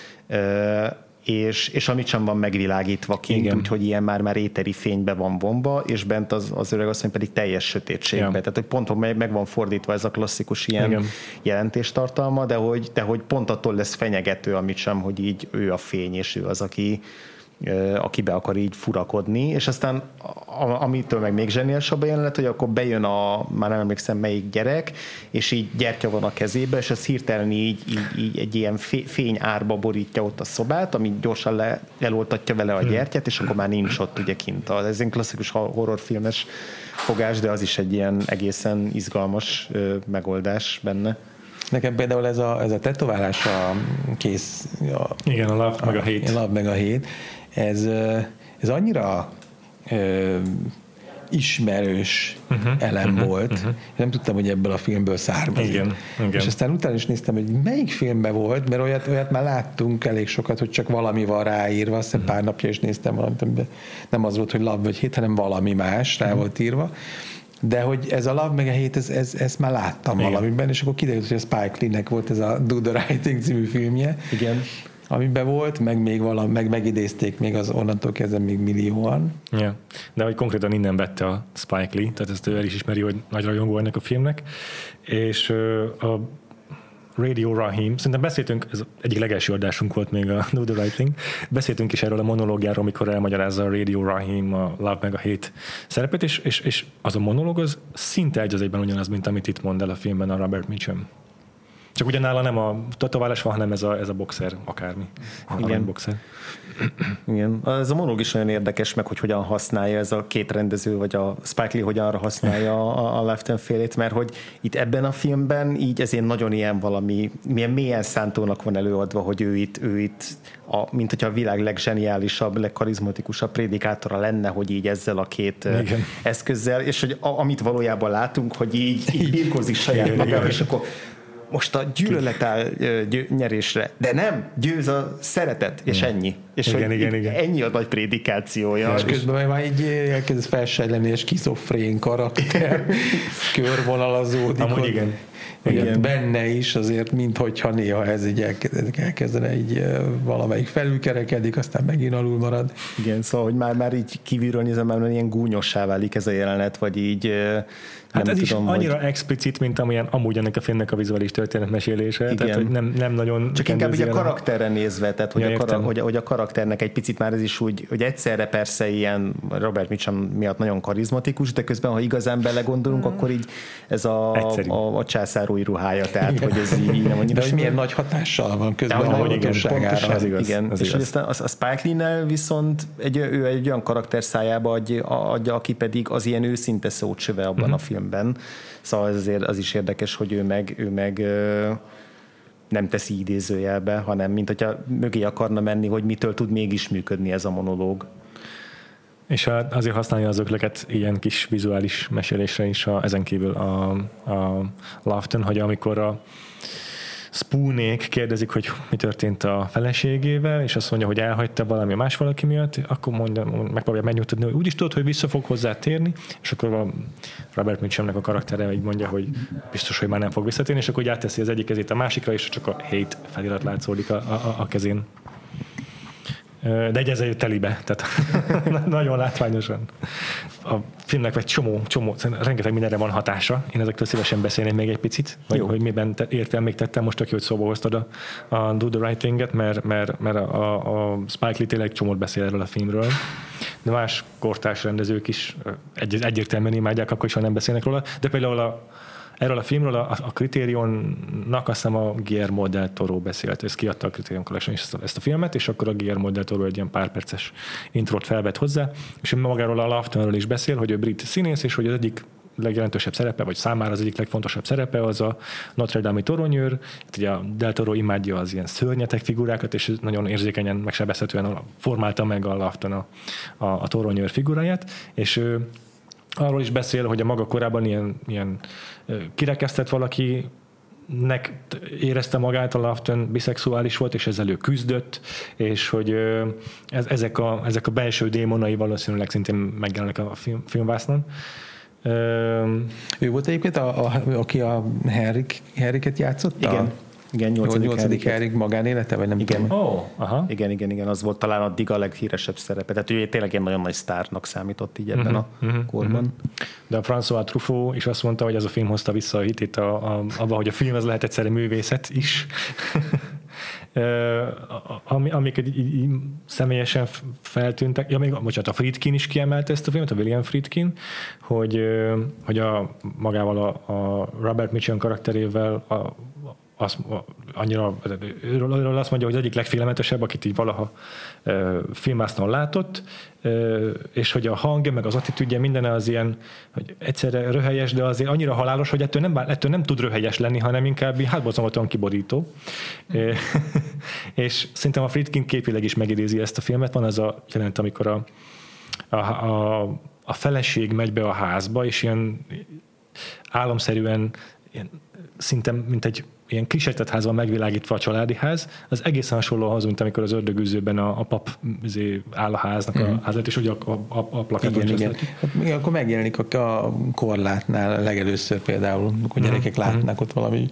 [SPEAKER 2] És, és a Mitchum van megvilágítva kint, úgyhogy ilyen már-már éteri fénybe van vonva, és bent az, az öreg asszony pedig teljes sötétségbe. Ja. Tehát, hogy pont meg, meg van fordítva ez a klasszikus ilyen Igen. jelentéstartalma, de hogy, de hogy pont attól lesz fenyegető a Mitchum, hogy így ő a fény, és ő az, aki akibe akar így furakodni, és aztán amitől meg még zseniálisabb a jelenet, hogy akkor bejön a, már nem emlékszem melyik gyerek, és így gyertya van a kezébe, és az hirtelen így, így, így egy ilyen fényárba borítja ott a szobát, ami gyorsan le, eloltatja vele a gyertyát, és akkor már nincs ott ugye kint. Ez egy klasszikus horrorfilmes fogás, de az is egy ilyen egészen izgalmas megoldás benne.
[SPEAKER 3] Nekem például ez a, ez a tetoválás a kész... A,
[SPEAKER 1] Igen, a Love meg a Hate.
[SPEAKER 3] A Love meg a Hate. Ez, ez annyira ö, ismerős uh-huh, elem uh-huh, volt. Uh-huh. Nem tudtam, hogy ebből a filmből származik. Igen, igen. És aztán utána is néztem, hogy melyik filmben volt, mert olyat, olyat már láttunk elég sokat, hogy csak valami van ráírva. Azt hiszem uh-huh. pár napja is néztem valamit, amiben nem az volt, hogy Love vagy Hate, hanem valami más rá uh-huh. volt írva. De hogy ez a Love meg a Hate, ez, ez, ezt már láttam Igen. valamiben, és akkor kiderült, hogy a Spike Lee-nek volt ez a Do the Right Thing című filmje,
[SPEAKER 2] Igen.
[SPEAKER 3] amiben volt, meg még valami, meg megidézték még az onnantól kezdve még millióan.
[SPEAKER 1] Ja. De hogy konkrétan innen vette a Spike Lee, tehát ezt ő el is ismeri, hogy nagy rajongó ennek a filmnek, és a Radio Raheem, szerintem beszéltünk, ez egyik legelső adásunk volt még a Do the Right Thing, beszéltünk is erről a monológiáról, amikor elmagyarázza a Radio Raheem a Love meg a Hate szerepet, és, és, és az a monológ az szinte egy az egyben ugyanaz, mint amit itt mond el a filmben a Robert Mitchum. Csak ugyanála nem a tetoválás van, hanem ez a, ez a boxer, akármi.
[SPEAKER 2] Igen.
[SPEAKER 1] Boxer.
[SPEAKER 2] Igen. Ez a monológ is nagyon érdekes, meg hogy hogyan használja ez a két rendező, vagy a Spike Lee hogyan használja a, a Left and Félét, mert hogy itt ebben a filmben így ezért nagyon ilyen valami, milyen mélyen szántónak van előadva, hogy ő itt, ő itt a, mint hogyha a világ legzseniálisabb, legkarizmatikusabb prédikátora lenne, hogy így ezzel a két Igen. eszközzel, és hogy a, amit valójában látunk, hogy így, így birkózik saját magával, és akkor most a gyűlölet áll győ, nyerésre, de nem, győz a szeretet, és igen. ennyi. És
[SPEAKER 1] igen, igen, igen.
[SPEAKER 2] ennyi a nagy prédikációja.
[SPEAKER 3] És közben már így elkezd felsejleni, és skizofrén karakter, körvonalazódik.
[SPEAKER 1] Amúgy igen.
[SPEAKER 3] Igen. Benne is azért, minthogyha néha ez így elkezdene így valamelyik felülkerekedik, aztán megint alul marad.
[SPEAKER 2] Igen, szóval, hogy már, már így kívülről nézem, már ilyen gúnyossá válik ez a jelenet, vagy így
[SPEAKER 1] hát ez
[SPEAKER 2] tudom,
[SPEAKER 1] is annyira hogy... explicit, mint amilyen amúgy ennek a filmnek a vizuális történetmesélése,
[SPEAKER 2] Igen.
[SPEAKER 1] tehát hogy nem, nem nagyon...
[SPEAKER 2] Csak inkább ugye a karakterre nézve, tehát hogy, ja, a kara, hogy, hogy a karakternek egy picit már ez is úgy, hogy egyszerre persze ilyen Robert Mitchum miatt nagyon karizmatikus, de közben, ha igazán belegondolunk, akkor így ez a, a, a császár új ruhája, tehát igen. hogy ez így nem annyira...
[SPEAKER 3] De hogy milyen nagy hatással van közben a hallgatóságára.
[SPEAKER 2] Az igaz. Igen. Az és igaz. Hogy aztán a Spike Lee-nel viszont egy, ő egy olyan karakter szájába adja, adja, aki pedig az ilyen őszinte szócsöve abban uh-huh. a filmben. Szóval ez azért az is érdekes, hogy ő meg, ő meg ö, nem teszi idézőjelbe, hanem mint hogyha mögé akarna menni, hogy mitől tud mégis működni ez a monológ.
[SPEAKER 1] És azért használja az ökleket ilyen kis vizuális mesélésre is, a, ezen kívül a, a Lofton, hogy amikor a Spoonék kérdezik, hogy mi történt a feleségével, és azt mondja, hogy elhagyta valami más valaki miatt, akkor mondja, megpróbálja megnyugtatni, hogy úgyis tudod, hogy vissza fog hozzá térni, és akkor a Robert Mitchumnek a karaktere így mondja, hogy biztos, hogy már nem fog visszatérni, és akkor úgy átteszi az egyik kezét a másikra, és csak a hate felirat látszódik a, a, a kezén. De egyezzel telibe, tehát nagyon látványosan. A filmnek egy csomó, csomó, rengeteg mindenre van hatása. Én ezekről szívesen beszélnék még egy picit, hogy, hogy miben te, értelmék tettem most, aki hogy szóba hoztad a, a Do the Right Thing-et, mert, mert, mert a, a Spike Lee tényleg csomót beszél erről a filmről. De más kortárs rendezők is egy, egyértelműen imádják, akkor is, ha nem beszélnek róla. De például a Erről a filmről a, a Criterionnak azt hiszem a Guillermo del Toro beszélt, ez kiadta a Criterion Collection is ezt a, ezt a filmet, és akkor a Guillermo del Toro egy ilyen pár perces intrót felvett hozzá, és magáról a Loftonról is beszél, hogy ő brit színész, és hogy az egyik legjelentősebb szerepe, vagy számára az egyik legfontosabb szerepe az a Notre Dame-i toronyőr. Itt ugye a Del Toro imádja az ilyen szörnyetek figurákat, és nagyon érzékenyen, megsebezhetően formálta meg a Lofton a, a, a toronyőr figuráját, és ő arról is beszél, hogy a maga korában ilyen, ilyen kirekesztett valaki nek érezte magát, alapvetően biszexuális volt, és ezzel ő küzdött, és hogy ez, ezek, a, ezek a belső démonai valószínűleg szintén megjelennek a film, filmvásznon.
[SPEAKER 3] Ő volt egyébként, a, a, aki a Henrik, Henriket játszotta?
[SPEAKER 2] Igen. Igen, nyolcadik,
[SPEAKER 3] nyolcadik Henrik magánélete, vagy nem
[SPEAKER 2] igen.
[SPEAKER 3] tudom.
[SPEAKER 1] Oh, aha.
[SPEAKER 2] Igen, igen, igen, az volt talán addig a leghíresebb szerepe. Tehát ő tényleg ilyen nagyon nagy sztárnak számított így ebben uh-huh, a uh-huh, korban. Uh-huh.
[SPEAKER 1] De a François Truffaut is azt mondta, hogy ez a film hozta vissza a hitét a, a, abba, hogy a film az lehet egyszerre művészet is. Ami, amik így, így személyesen feltűntek, ja, még, bocsánat, a Friedkin is kiemelte ezt a filmet, a William Friedkin, hogy, hogy a, magával a, a Robert Mitchum karakterével a, azt, annyira, őről, őről azt mondja, hogy az egyik legfélelmetesebb, akit így valaha uh, filmásznon látott, uh, és hogy a hangja, meg az attitűdje, minden az ilyen, hogy egyszerre röhelyes, de azért annyira halálos, hogy ettől nem, ettől nem tud röhelyes lenni, hanem inkább hátborzongatóan kiborító. Mm. És szerintem a Friedkin képileg is megidézi ezt a filmet. Van az a jelenet, amikor a, a, a, a feleség megy be a házba, és ilyen álomszerűen ilyen, szinte mint egy ilyen klisettett házban megvilágítva a családi ház, az egészen hasonló ahhoz, mint amikor az Ördögűzőben a, a pap áll a háznak mm. a házat, és ugye a, a, a, a plakátot.
[SPEAKER 3] Igen, igen. Hát, igen, akkor megjelenik a korlátnál legelőször például, amikor mm. gyerekek látnak mm. ott valami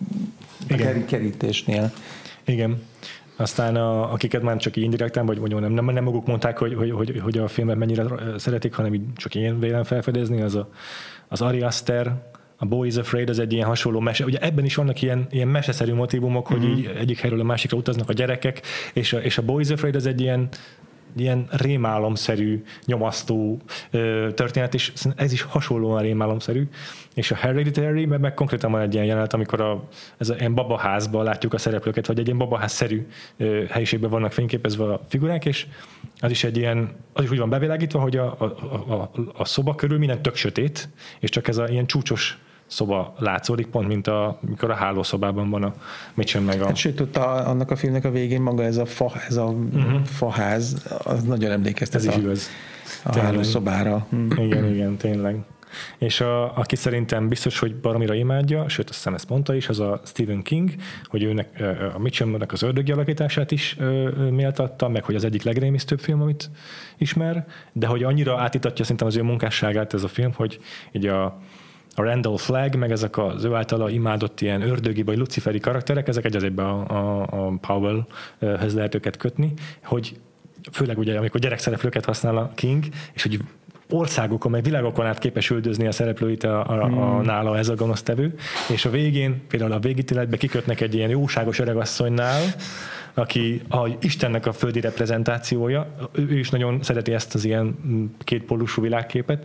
[SPEAKER 3] igen. kerítésnél.
[SPEAKER 1] Igen. Aztán a, akiket már csak így indirektán, vagy mondjam, nem, nem, nem maguk mondták, hogy, hogy, hogy, hogy a filmet mennyire szeretik, hanem így csak én vélem felfedezni, az a, az Ari Aster, a Boy is Afraid, az egy ilyen hasonló mese. Ugye ebben is vannak ilyen, ilyen meseszerű motívumok, mm-hmm. hogy így egyik helyről a másikra utaznak a gyerekek, és a, és a Boy is Afraid az egy ilyen, ilyen rémálomszerű, nyomasztó ö, történet, és ez is hasonlóan rémálomszerű. És a Hereditary, mert meg konkrétan van egy ilyen jelenet, amikor a, ez a ilyen babaházban látjuk a szereplőket, vagy egy ilyen babaházszerű ö, helyiségben vannak fényképezve a figurák, és az is egy ilyen, az is úgy van bevilágítva, hogy a, a, a, a szoba körül minden tök sötét, és csak ez a ilyen csúcsos szoba látszódik, pont mint a, mikor a hálószobában van a Mitchum meg a...
[SPEAKER 3] Hát, sőt, ott a, annak a filmnek a végén maga ez a, fa, ez a uh-huh. faház, az nagyon emlékeztet
[SPEAKER 1] ez
[SPEAKER 3] a,
[SPEAKER 1] is igaz.
[SPEAKER 3] a hálószobára.
[SPEAKER 1] Igen, igen, tényleg. És a, aki szerintem biztos, hogy baromira imádja, sőt, azt hiszem ezt mondta is, az a Stephen King, hogy őnek a Mitchumnek az ördögi alakítását is méltatta, meg hogy az egyik legrémisztőbb film, amit ismer, de hogy annyira átítatja szerintem az ő munkásságát ez a film, hogy így a, a Randall Flagg, meg ezek az ő általa imádott ilyen ördögi vagy luciferi karakterek, ezek egy az egyben a, a, a Powell-hez lehet őket kötni, hogy főleg ugye, amikor gyerekszereplőket használ a King, és hogy országokon, meg világokon át képes üldözni a szereplőit a, a, a, a nála ez a gonosztevő, és a végén, például a végítéletben kikötnek egy ilyen jóságos öregasszonynál, aki a Istennek a földi reprezentációja, ő is nagyon szereti ezt az ilyen kétpólusú világképet.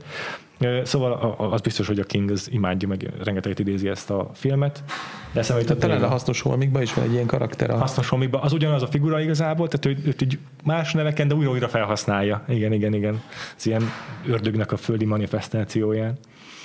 [SPEAKER 1] Szóval az biztos, hogy a King az imádja, meg rengeteget idézi ezt a filmet. De
[SPEAKER 3] tehát talán a Hasznos holmikban is van egy ilyen karakter. A
[SPEAKER 1] Hasznos holmikban, az ugyanaz a figura igazából, tehát ő, őt így más neveken, de újra-újra felhasználja. Igen, igen, igen. Ez ilyen ördögnek a földi manifestációján.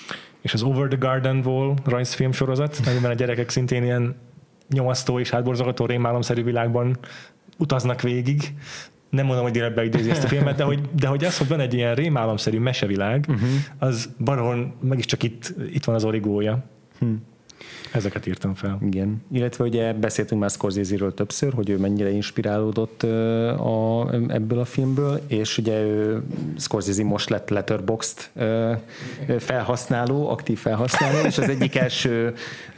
[SPEAKER 1] És az Over the Garden Wall rajzfilm sorozat, amiben a gyerekek szintén ilyen nyomasztó és hátborzongató rémálomszerű világban utaznak végig. Nem mondom, hogy direkt beidézi ezt a filmet, de hogy, de hogy az, hogy van egy ilyen rémálomszerű mesevilág, uh-huh. az valahol megiscsak itt, itt van az origója. Hmm. Ezeket írtam fel.
[SPEAKER 2] Igen. Illetve ugye beszéltünk már Scorsese-ről többször, hogy ő mennyire inspirálódott a, ebből a filmből, és ugye ő, Scorsese most lett Letterboxd felhasználó, aktív felhasználó, és az egyik első,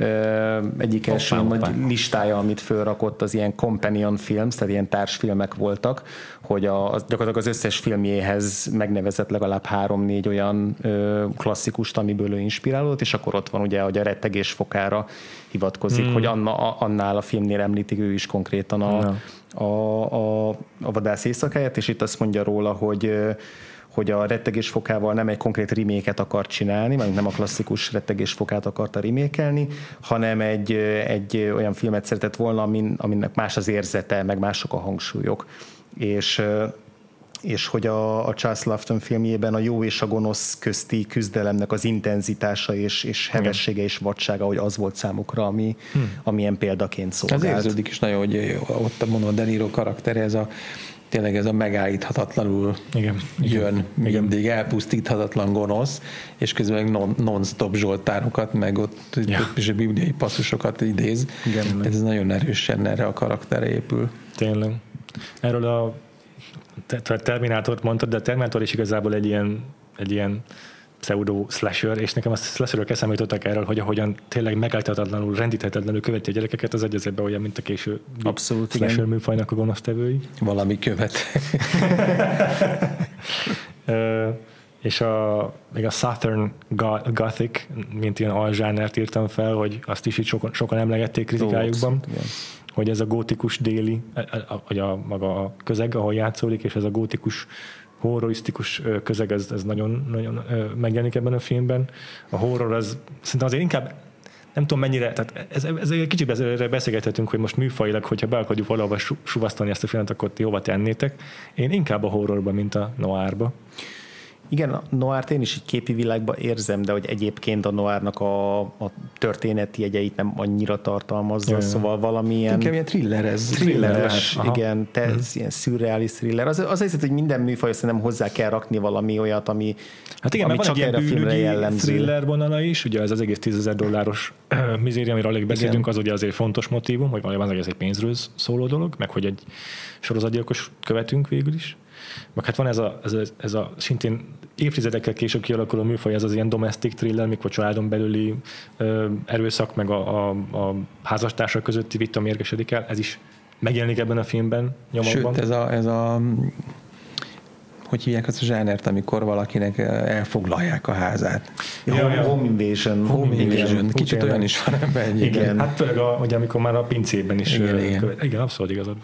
[SPEAKER 2] egyik első
[SPEAKER 1] hoppá,
[SPEAKER 2] nagy
[SPEAKER 1] hoppá.
[SPEAKER 2] listája, amit fölrakott, az ilyen companion films, tehát ilyen társfilmek voltak, hogy a, gyakorlatilag az összes filmjéhez megnevezett legalább három-négy olyan klasszikust, amiből ő inspirálódott, és akkor ott van ugye, hogy a rettegés fokára hivatkozik, hmm. hogy anna, annál a filmnél említik ő is konkrétan a, no. a, a, a vadász éjszakáját, és itt azt mondja róla, hogy hogy a rettegés fokával nem egy konkrét reméket akar csinálni, mert nem a klasszikus rettegés fokát akarta remékelni, hanem egy, egy olyan filmet szeretett volna, amin, aminek más az érzete, meg mások a hangsúlyok. És és hogy a, a Charles Laughton filmjében a jó és a gonosz közti küzdelemnek az intenzitása és, és hevessége és vadsága, hogy az volt számukra, ami, hmm. amilyen példaként szolgált.
[SPEAKER 3] Ez érződik is nagyon, hogy ott mondom, a De Niro karaktere, ez a tényleg ez a megállíthatatlanul
[SPEAKER 1] igen,
[SPEAKER 3] jön,
[SPEAKER 1] igen,
[SPEAKER 3] mindig
[SPEAKER 1] igen.
[SPEAKER 3] elpusztíthatatlan gonosz, és közben non, non-stop zsoltárokat, meg ott ja. is a bibliai passzusokat idéz. Igen, ez nagyon erősen erre a karakterre épül.
[SPEAKER 1] Tényleg. Erről a Terminátort mondtad, de a Terminátor is igazából egy ilyen, egy ilyen pseudo slasher, és nekem a slasherök eszembe jutottak erről, hogy ahogyan tényleg megállíthatatlanul, rendíthetetlenül követi a gyerekeket, az egy olyan, mint a késő
[SPEAKER 2] abszolút,
[SPEAKER 1] slasher
[SPEAKER 2] igen.
[SPEAKER 1] műfajnak a gonosztevői.
[SPEAKER 3] Valami követ.
[SPEAKER 1] uh, és a, még a Southern Gothic, mint ilyen alzsánert írtam fel, hogy azt is így sokan, sokan emlegették kritikájukban. Oh, hogy ez a gótikus déli, vagy a, maga a közeg, ahol játszódik, és ez a gótikus horrorisztikus közeg, ez, ez nagyon, nagyon megjelenik ebben a filmben. A horror az szerintem azért inkább, nem tudom mennyire, tehát ez, ez egy kicsit ezzel beszélgethetünk, hogy most műfajilag, hogyha be akarjuk valahova suvasztani ezt a filmet, akkor ti hova tennétek. Én inkább a horrorba, mint a noárba.
[SPEAKER 2] Igen, a noárt én is egy képi világban érzem, de hogy egyébként a noárnak a, a történeti jegyeit nem annyira tartalmazza, Jaj. szóval valamilyen...
[SPEAKER 3] Inkább ilyen thriller ez.
[SPEAKER 2] Thrilleres, igen, te, ez hmm. ilyen szürreális thriller. Az, az hiszem, hogy minden műfaj szerintem hozzá kell rakni valami olyat, ami,
[SPEAKER 1] hát igen,
[SPEAKER 2] ami csak erre a filmre jellemző.
[SPEAKER 1] Thriller vonala is, ugye ez az egész tízezer dolláros mizéria, amiről alig beszélünk, az ugye azért fontos motívum, hogy valójában az egész egy pénzről szóló dolog, meg hogy egy sorozatgyilkos követünk végül is. Meg hát van ez a, ez a, ez a szintén évtizedekkel később kialakuló műfaj, ez az ilyen domestic thriller, mikor családon belüli ö, erőszak, meg a, a, a házastársak közötti vita mérgesedik el, ez is megjelenik ebben a filmben nyomokban.
[SPEAKER 3] Sőt, ez a, ez a hogy hívják azt a zsánert, amikor valakinek elfoglalják a házát.
[SPEAKER 2] Ja, ja, ja. Home invasion.
[SPEAKER 3] Home invasion. Kicsit igen. Olyan is van ebben egyébként.
[SPEAKER 1] Igen, hát főleg a, ugye, amikor már a pincében is
[SPEAKER 3] igen, igen.
[SPEAKER 1] Követ, igen abszolút igazad.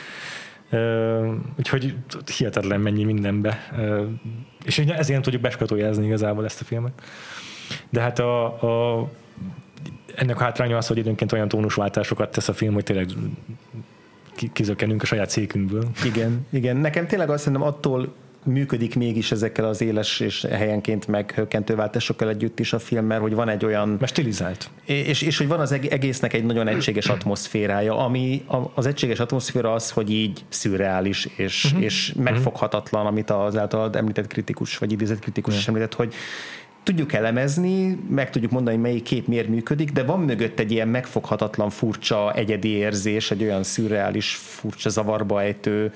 [SPEAKER 1] Uh, úgyhogy hihetetlen mennyi mindenbe. Uh, és ezért nem tudjuk beskatoljázni igazából ezt a filmet. De hát a, a, ennek a hátránya az, hogy időnként olyan tónusváltásokat tesz a film, hogy tényleg kizökkenünk a saját székünkből.
[SPEAKER 2] Igen, igen. Nekem tényleg azt szerintem attól működik mégis ezekkel az éles és helyenként meghökkentő váltásokkal együtt is a film, mert hogy van egy olyan...
[SPEAKER 1] Mert stilizált.
[SPEAKER 2] És, és hogy van az egésznek egy nagyon egységes atmoszférája, ami az egységes atmoszféra az, hogy így szürreális és, uh-huh. és megfoghatatlan, amit az általad említett kritikus, vagy idézett kritikus is említett, hogy tudjuk elemezni, meg tudjuk mondani, melyik kép miért működik, de van mögött egy ilyen megfoghatatlan, furcsa, egyedi érzés, egy olyan szürreális, furcsa, zavarba ejtő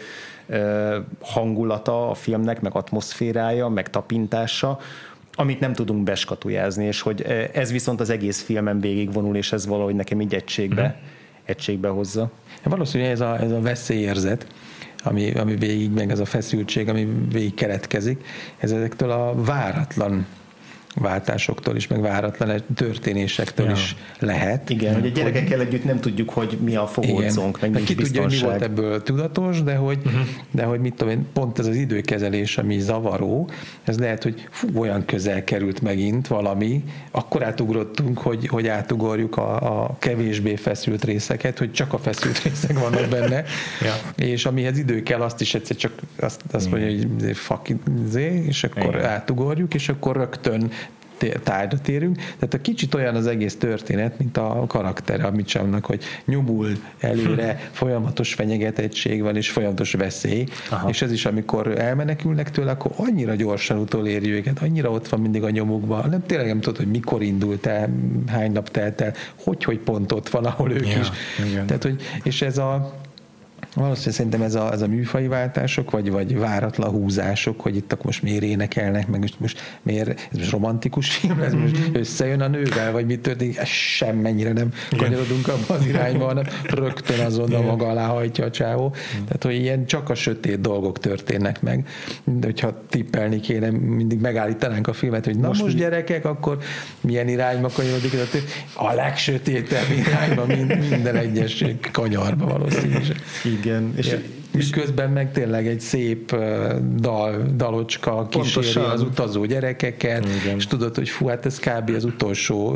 [SPEAKER 2] hangulata a filmnek, meg atmoszférája, meg tapintása, amit nem tudunk beskatujázni, és hogy ez viszont az egész filmen végigvonul, és ez valahogy nekem így egységbe, mm. egységbe hozza.
[SPEAKER 3] Valószínűleg ez a, ez a veszélyérzet, ami, ami végig, meg ez a feszültség, ami végig keletkezik, ez ezektől a váratlan váltásoktól is, meg váratlan történésektől ja. is lehet.
[SPEAKER 2] Igen, hogy a gyerekekkel hogy, együtt nem tudjuk, hogy mi a fogódzónk, meg
[SPEAKER 3] ki
[SPEAKER 2] biztonság.
[SPEAKER 3] Tudja, hogy mi volt ebből tudatos, de hogy, uh-huh. de hogy mit tudom én, pont ez az időkezelés, ami zavaró, ez lehet, hogy fú, olyan közel került megint valami, akkor átugrottunk, hogy, hogy átugorjuk a, a kevésbé feszült részeket, hogy csak a feszült részek vannak benne, ja. és amihez idő kell, azt is egyszer csak azt, azt mondja, hogy fuck it, és akkor igen. átugorjuk, és akkor rögtön tárgyra térünk. Tehát a kicsit olyan az egész történet, mint a karaktere a Mitchumnak, hogy nyomul előre, folyamatos fenyegetettség van, és folyamatos veszély. Aha. És ez is, amikor elmenekülnek tőle, akkor annyira gyorsan utoléri őket, annyira ott van mindig a nyomukban. Nem, tényleg nem tudod, hogy mikor indult el, hány nap telt el, hogy, hogy pont ott van, ahol ők ja, is. Igen. Tehát, hogy, és ez a valószínűleg szerintem ez a, ez a műfaji váltások, vagy, vagy váratlan húzások, hogy itt akkor most miért énekelnek, meg most, most miért, ez most romantikus film, ez most összejön a nővel, vagy mit történik, ez semmennyire nem kanyarodunk abban az irányba, hanem rögtön azonnal maga alá hajtja a csávó. Tehát, hogy ilyen csak a sötét dolgok történnek meg. De hogyha tippelni kéne, mindig megállítanánk a filmet, hogy na most, most gyerekek, akkor milyen irányba kanyarodik, a legsötétebb irányba, minden egyes kanyarba valószínűleg.
[SPEAKER 2] Igen, és,
[SPEAKER 3] ja. és közben meg tényleg egy szép dal, dalocska kíséri az utazó gyerekeket, igen. és tudod, hogy fú, hát ez kb. Az utolsó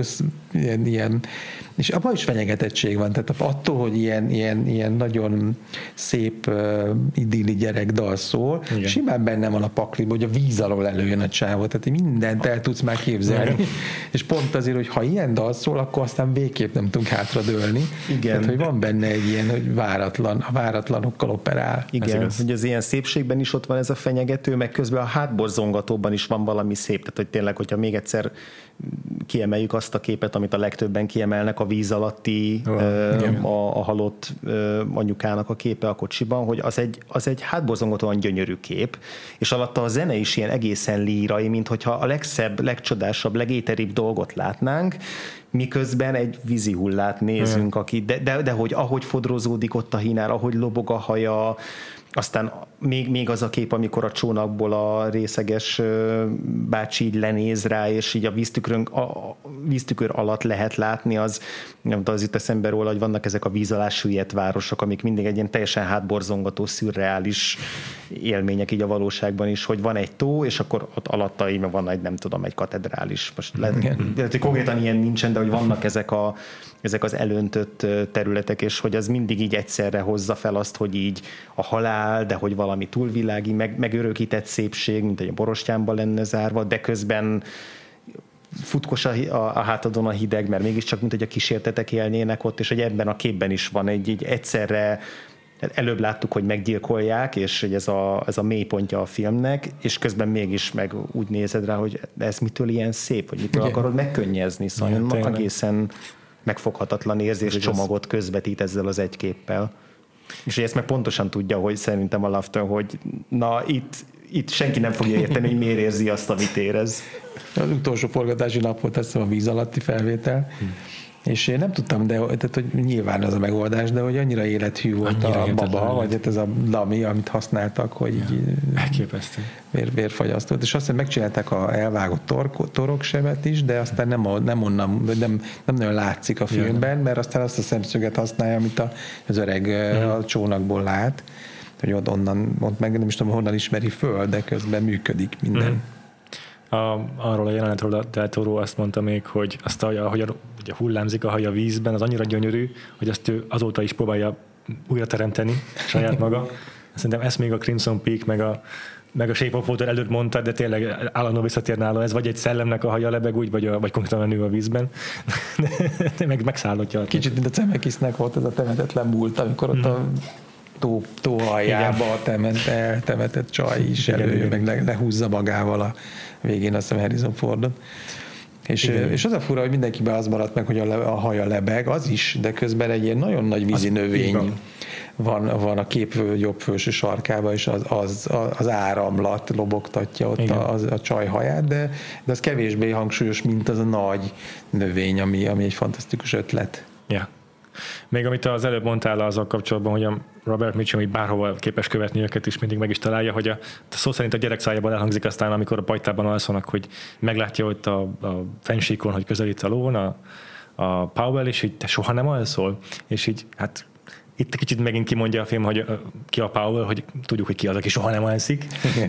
[SPEAKER 3] ilyen, ilyen és abban is fenyegetettség van, tehát attól, hogy ilyen, ilyen, ilyen nagyon szép uh, idilli gyerekdal szól, igen. simán benne van a pakliban, hogy a víz alól előjön a csávot, tehát mindent el tudsz már képzelni, igen. és pont azért, hogy ha ilyen dal szól, akkor aztán végképp nem tudunk hátradőlni. Igen. Tehát, hogy van benne egy ilyen, hogy váratlan, a váratlanokkal operál.
[SPEAKER 2] Igen, hogy az ilyen szépségben is ott van ez a fenyegető, meg közben a hátborzongatóban is van valami szép, tehát hogy tényleg, hogyha még egyszer kiemeljük azt a képet, amit a legtöbben kiemelnek, a víz alatti oh, uh, a, a halott uh, anyukának a képe a kocsiban, hogy az egy, az egy hátborzongatóan gyönyörű kép, és alatta a zene is ilyen egészen lírai, mint hogyha a legszebb, legcsodásabb, legéteribb dolgot látnánk, miközben egy vízi hullát nézünk, mm. aki, de, de, de hogy ahogy fodrozódik ott a hínár, ahogy lobog a haja, aztán még, még az a kép, amikor a csónakból a részeges bácsi így lenéz rá, és így a víztükrön, a víztükör alatt lehet látni, az nem tudom, az itt eszembe róla, hogy vannak ezek a víz alá süllyedt városok, amik mindig egy ilyen teljesen hátborzongató, szürreális élmények így a valóságban is, hogy van egy tó, és akkor ott alatta így van egy, nem tudom, egy katedrális. Most lehet, hogy konkrétan ilyen nincsen, de hogy vannak ezek, a, ezek az elöntött területek, és hogy az mindig így egyszerre hozza fel azt, hogy így a halál, de hogy valami túlvilági, meg, megörökített szépség, mint egy a borostyánban lenne zárva, de közben futkos a, a, a hátadon a hideg, mert mégiscsak, mint hogy a kísértetek élnének ott, és hogy ebben a képben is van egy, egy egyszerre, előbb láttuk, hogy meggyilkolják, és hogy ez a, ez a mélypontja a filmnek, és közben mégis meg úgy nézed rá, hogy ez mitől ilyen szép, hogy mitől akarod megkönnyezni, szóval ja, egészen megfoghatatlan érzéscsomagot közvetít ezzel az egy képpel. És hogy ezt meg pontosan tudja, hogy szerintem a Laughton, hogy na itt, itt senki nem fogja érteni, hogy miért érzi azt, amit érez.
[SPEAKER 3] Az utolsó forgatási nap volt, azt hiszem, a víz alatti felvétel, hm. és én nem tudtam, de tehát, hogy nyilván az a megoldás, de hogy annyira élethű volt annyira a baba, vagy hát ez a dami, amit használtak, hogy ja, így
[SPEAKER 1] elképesztő.
[SPEAKER 3] Vér, vérfagyasztott. És aztán megcsinálták a elvágott tor- toroksebet is, de aztán nem, a, nem onnan, nem, nem nagyon látszik a filmben, mert aztán azt a szemszöget használja, amit a, az öreg uh-huh. a csónakból lát, hogy ott onnan, ott meg nem is tudom, honnan ismeri föl, de közben működik minden. Uh-huh.
[SPEAKER 1] A, arról a jelenetről a Del Toro azt mondta még, hogy azt, ahogy a, a, a hullámzik a haja vízben, az annyira gyönyörű, hogy azt ő azóta is próbálja újra teremteni saját maga. Szerintem ezt még a Crimson Peak, meg a, meg a Shape of Water előtt mondta, de tényleg állandóan visszatér nála ez, vagy egy szellemnek a haja lebeg úgy, vagy, a, vagy konkrétan a nő a vízben. De meg megszállottja.
[SPEAKER 3] Kicsit, mint a Zemeckisnek volt ez a temetetlen múlt, amikor ott a tó, tóaljába temet, eltemetett csaj is előjön, meg le, lehúzza magával a végén, azt hiszem Harrison Fordot. És, és az a fura, hogy mindenkiben az maradt meg, hogy a, le, a haja lebeg, az is, de közben egy ilyen nagyon nagy vízi növény van, van a kép jobb felső sarkában, és az, az, az áramlat lobogtatja ott a, az, a csaj haját, de, de az kevésbé hangsúlyos, mint az a nagy növény, ami, ami egy fantasztikus ötlet.
[SPEAKER 1] Ja. Még amit az előbb mondtál azzal kapcsolatban, hogy a Robert Mitchum így bárhova képes követni őket is, mindig meg is találja, hogy a, szó szerint a gyerek szájában elhangzik aztán, amikor a pajtában alszanak, hogy meglátja ott a, a fensíkon, hogy közelít a lón, a, a Powell, és így te soha nem alszol. És így, hát itt kicsit megint kimondja a film, hogy ki a Powell, hogy tudjuk, hogy ki az, aki soha nem alszik.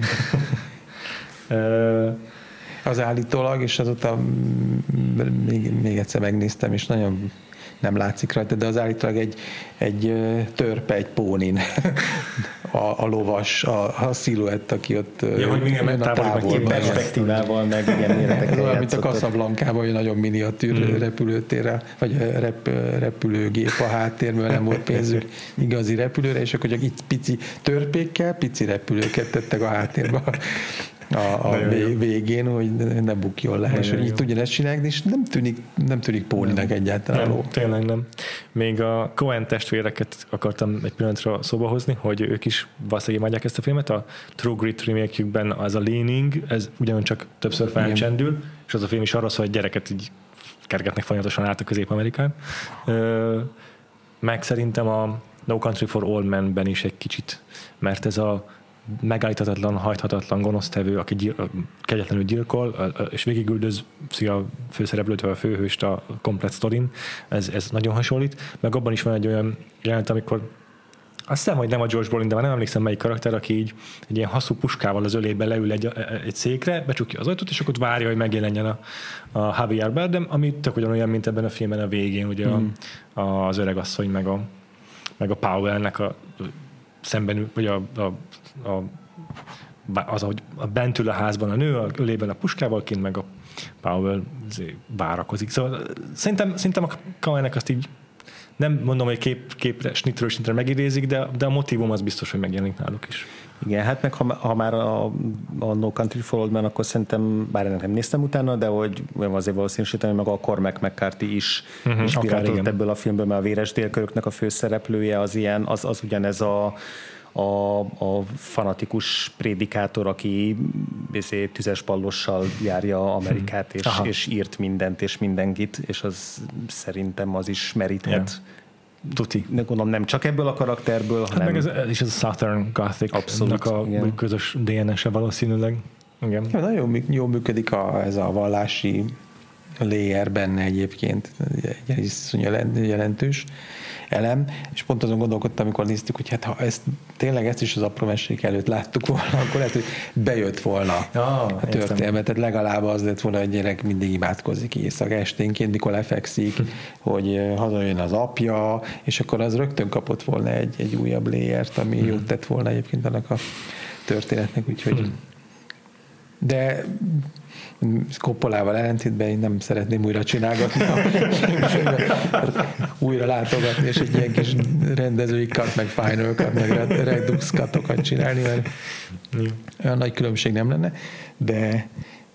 [SPEAKER 3] Az állítólag, és azóta még, még egyszer megnéztem, és nagyon nem látszik rajta, de az állítólag egy, egy törpe, egy pónin a, a lovas, a, a sziluett, aki ott
[SPEAKER 1] ja, hogy
[SPEAKER 3] jön
[SPEAKER 1] a
[SPEAKER 2] távolban. Perspektívával, meg igen méretekkel
[SPEAKER 3] olyan, mint a Casablancában, hogy nagyon miniatűr mm. repülőtérre, vagy rep, repülőgép a háttérben, nem volt pénzük igazi repülőre, és akkor csak itt pici törpékkel, pici repülőket tettek a háttérbe a, a végén, hogy ne bukjon le, és hogy így tudja ezt csinálni, és nem tűnik, nem tűnik póninak egyáltalán.
[SPEAKER 1] Nem, tényleg nem. Még a Coen testvéreket akartam egy pillanatra szóba hozni, hogy ők is valószínűleg imádják ezt a filmet. A True Grit remake-jükben az a Leaning, ez ugyancsak többször felcsendül, és az a film is arra szól, hogy gyereket így kergetnek folyamatosan át a Közép-Amerikán. Meg szerintem a No Country for Old Men-ben is egy kicsit, mert ez a megállíthatatlan, hajthatatlan gonosztevő, aki gyil, kegyetlenül gyilkol, és végigüldözi a főszereplőt, vagy a főhőst a komplet sztorin. Ez, ez nagyon hasonlít. Meg abban is van egy olyan jelenet, amikor Azt hiszem, hogy nem a George Brolin, de már nem emlékszem melyik karakter, aki így egy ilyen haszú puskával az ölébe leül egy, egy székre, becsukja az ajtót, és akkor ott várja, hogy megjelenjen a, a Javier Bardem, ami tök ugyanolyan, mint ebben a filmben a végén, ugye hmm. a, az öregasszony, meg a, meg a Powell-nek a szemben, vagy a, a, a az, ahogy bent ül a házban a nő, a ölében a puskával, kint meg a Powell várakozik. Szóval szerintem, szerintem a Coennek azt így nem mondom, hogy kép, képre, snitről szintre megidézik, de, de a motivum az biztos, hogy megjelenik náluk is.
[SPEAKER 2] Igen, hát meg ha, ha már a, a No Country for Old Men, akkor szerintem, bár nem néztem utána, de hogy azért valószínűsíteni, meg a Cormac McCarthy is uh-huh, inspirálódott ebből a filmből, mert a Véres délköröknek a főszereplője az ilyen, az, az ugyanez a A, a fanatikus prédikátor, aki tüzes pallossal járja Amerikát, és, és írt mindent, és mindenkit, és az szerintem az is meríthet.
[SPEAKER 1] Yeah. Tuti.
[SPEAKER 2] Gondolom nem csak ebből a karakterből,
[SPEAKER 1] hát
[SPEAKER 2] hanem...
[SPEAKER 1] meg ez, és ez a Southern Gothic-nak a igen. közös dé en es-e valószínűleg. Igen.
[SPEAKER 3] Ja, nagyon jól működik a, ez a vallási layer benne egyébként, egy iszonyú jelentős elem, és pont azon gondolkodtam, amikor néztük, hogy hát ha ezt, tényleg ezt is az apró mesék előtt láttuk volna, akkor lehet, hogy bejött volna ah, a történelmet, tehát legalább az lett volna, hogy gyerek mindig imádkozik éjszaka esténként, mikor lefekszik, hm. hogy hazajön az apja, és akkor az rögtön kapott volna egy, egy újabb layert, ami hm. jót tett volna egyébként annak a történetnek, úgyhogy hm. de Coppolával ellentétben én nem szeretném újra csinálgatni, újra látogatni, és egy ilyen kis rendezői cut, meg final cut, meg redux cutokat csinálni, mert olyan nagy különbség nem lenne, de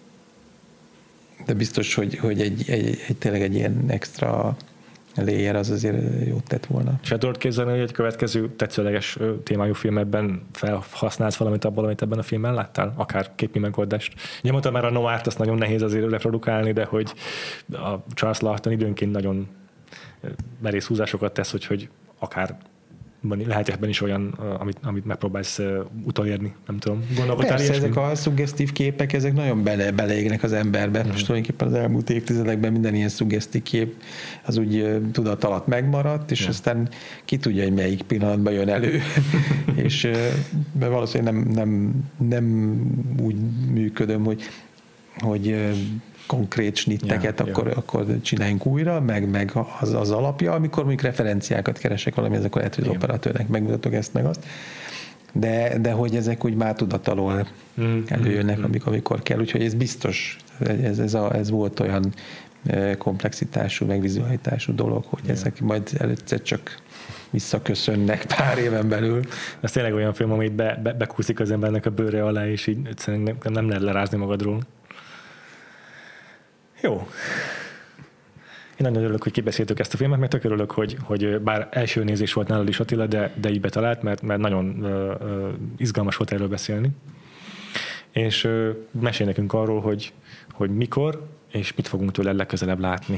[SPEAKER 3] de biztos, hogy, hogy egy, egy, egy, tényleg egy ilyen extra layer az azért jót tett volna.
[SPEAKER 1] És hát tudod képzelni, hogy egy következő tetszőleges témájú filmben felhasználsz valamit abból, amit ebben a filmben láttál? Akár képi megoldást. Ugye mondtam már a noárt, azt nagyon nehéz azért reprodukálni, de hogy a Charles Laughton időnként nagyon merész húzásokat tesz, hogy, hogy akár lehet ebben is olyan, amit, amit megpróbálsz utolérni, nem tudom.
[SPEAKER 3] Gondolkodtál Persze, ezek a szuggesztív képek, ezek nagyon bele, beleégnek az emberbe. Mm. Most tulajdonképpen az elmúlt évtizedekben minden ilyen szuggesztív kép az úgy tudat alatt megmaradt, és yeah. aztán ki tudja, hogy melyik pillanatban jön elő. és mert valószínűleg nem, nem, nem úgy működöm, hogy, hogy konkrét snitteket, ja, akkor, ja. akkor csináljunk újra, meg, meg az, az alapja, amikor mondjuk referenciákat keresek valami, akkor lehet, hogy az operatőrnek megmutatok ezt meg azt. De, de hogy ezek úgy már tudat alól mm, előjönnek, mm, amikor, amikor kell, úgyhogy ez biztos, ez, ez, a, ez volt olyan komplexitású, meg vizualitású dolog, hogy ja. ezek majd előtte csak visszaköszönnek pár éven belül.
[SPEAKER 1] Ez tényleg olyan film, amit be, be, bekúszik az embernek a bőre alá, és így egyszerűen nem, nem lehet lerázni magadról. Jó. Én nagyon örülök, hogy kibeszéltük ezt a filmet, mert tök örülök, hogy, hogy bár első nézés volt nálad is Attila, de, de így betalált, mert, mert nagyon uh, uh, izgalmas volt erről beszélni. És uh, mesélj nekünk arról, hogy, hogy mikor és mit fogunk tőle legközelebb látni.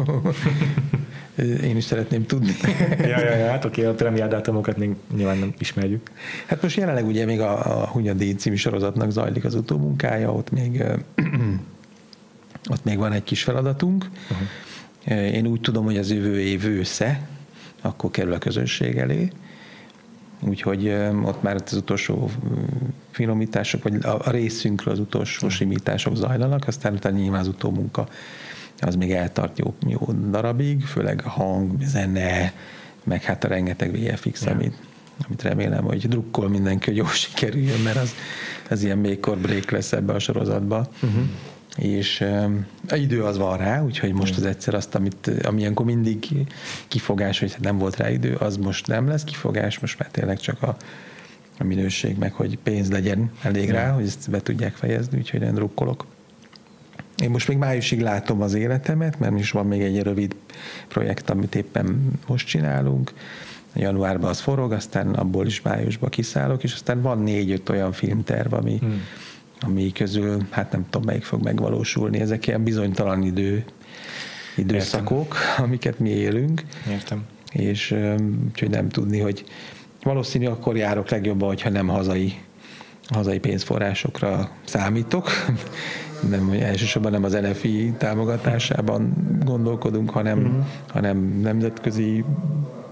[SPEAKER 3] Én is szeretném tudni.
[SPEAKER 1] ja, ja, ja, hát oké, a premiérdátumokat még nyilván nem ismerjük.
[SPEAKER 3] Hát most jelenleg ugye még a, a Hunyadi című sorozatnak zajlik az utómunkája, ott még ott még van egy kis feladatunk. Uh-huh. Én úgy tudom, hogy az jövő év ősze, akkor kerül a közönség elé. Úgyhogy ott már az utolsó finomítások, vagy a részünkről az utolsó uh-huh. simítások zajlanak, aztán utána nyilván az utómunka az még eltart jó, jó darabig, főleg a hang, zene, meg hát a rengeteg vé ef iksz, yeah. amit, amit remélem, hogy drukkol mindenki, hogy jól sikerüljön, mert az, az ilyen make or break lesz ebbe a sorozatba. Uh-huh. És um, idő az van rá, úgyhogy most az egyszer azt, amit, ami ilyenkor mindig kifogás, hogy nem volt rá idő, az most nem lesz kifogás, most már tényleg csak a, a minőség, meg hogy pénz legyen elég rá, hogy ezt be tudják fejezni, úgyhogy én drukkolok. Én most még májusig látom az életemet, mert is van még egy rövid projekt, amit éppen most csinálunk. Januárban az forog, aztán abból is májusban kiszállok, és aztán van négy-öt olyan filmterv, ami hmm. ami közül, hát nem tudom, melyik fog megvalósulni. Ezek ilyen bizonytalan idő, időszakok, Értem. amiket mi élünk.
[SPEAKER 1] Értem.
[SPEAKER 3] És úgyhogy nem tudni, hogy valószínű akkor járok legjobban, hogyha nem hazai, hazai pénzforrásokra számítok. Nem, elsősorban nem az en ef i támogatásában gondolkodunk, hanem, mm. hanem nemzetközi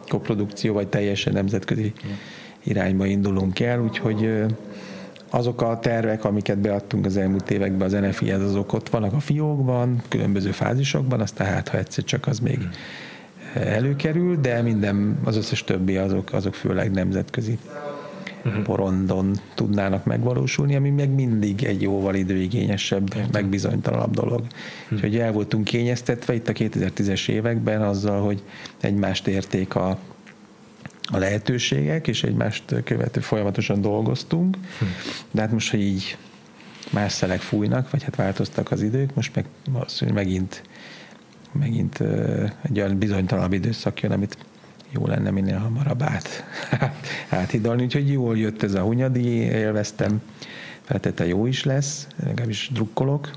[SPEAKER 3] koprodukció, vagy teljesen nemzetközi irányba indulunk el, úgyhogy azok a tervek, amiket beadtunk az elmúlt években az en ef i-hez, azok ott vannak a fiókban, különböző fázisokban, aztán hát, ha egyszer csak az még előkerül, de minden, az összes többi azok, azok főleg nemzetközi uh-huh. porondon tudnának megvalósulni, ami meg mindig egy jóval időigényesebb, uh-huh. meg bizonytalanabb dolog. Uh-huh. Úgyhogy el voltunk kényeztetve itt a kétezer-tízes években azzal, hogy egymást érték a, a lehetőségek, és egymást követő folyamatosan dolgoztunk, uh-huh. de hát most, hogy így más szelek fújnak, vagy hát változtak az idők, most meg valószínűleg megint megint uh, egy olyan bizonytalanabb időszak jön, amit jó lenne minél hamarabb át, áthidalni. Úgyhogy jól jött ez a Hunyadi, élveztem, feltétlenül jó is lesz, legalábbis drukkolok.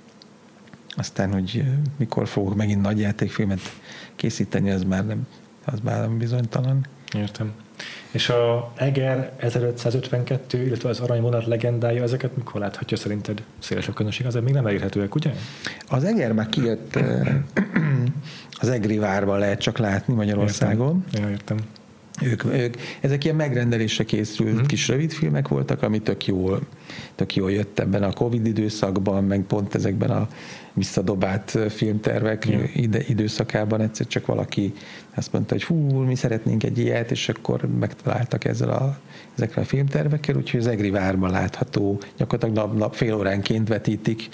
[SPEAKER 3] Aztán, hogy mikor fogok megint nagy játékfilmet készíteni, az már nem, az már nem bizonytalan.
[SPEAKER 1] Értem. És a Eger ezerötszázötvenkettő, illetve az Aranyvonat legendája, ezeket mikor láthatja szerinted szélesebb közönség? Azért még nem elérhetőek, ugye?
[SPEAKER 3] Az Eger már kijött, az Egri várban lehet csak látni Magyarországon.
[SPEAKER 1] Értem. Ja, értem.
[SPEAKER 3] Ők, ők, ezek ilyen megrendelésre készült hmm. kis rövidfilmek voltak, ami tök jól, tök jól jött ebben a Covid időszakban, meg pont ezekben a visszadobált filmtervek yeah. ide, időszakában egyszer csak valaki azt mondta, hogy hú, mi szeretnénk egy ilyet, és akkor megtaláltak ezzel a, ezekre a filmtervekkel, úgyhogy az Egri várban látható, gyakorlatilag nap-nap fél óránként vetítik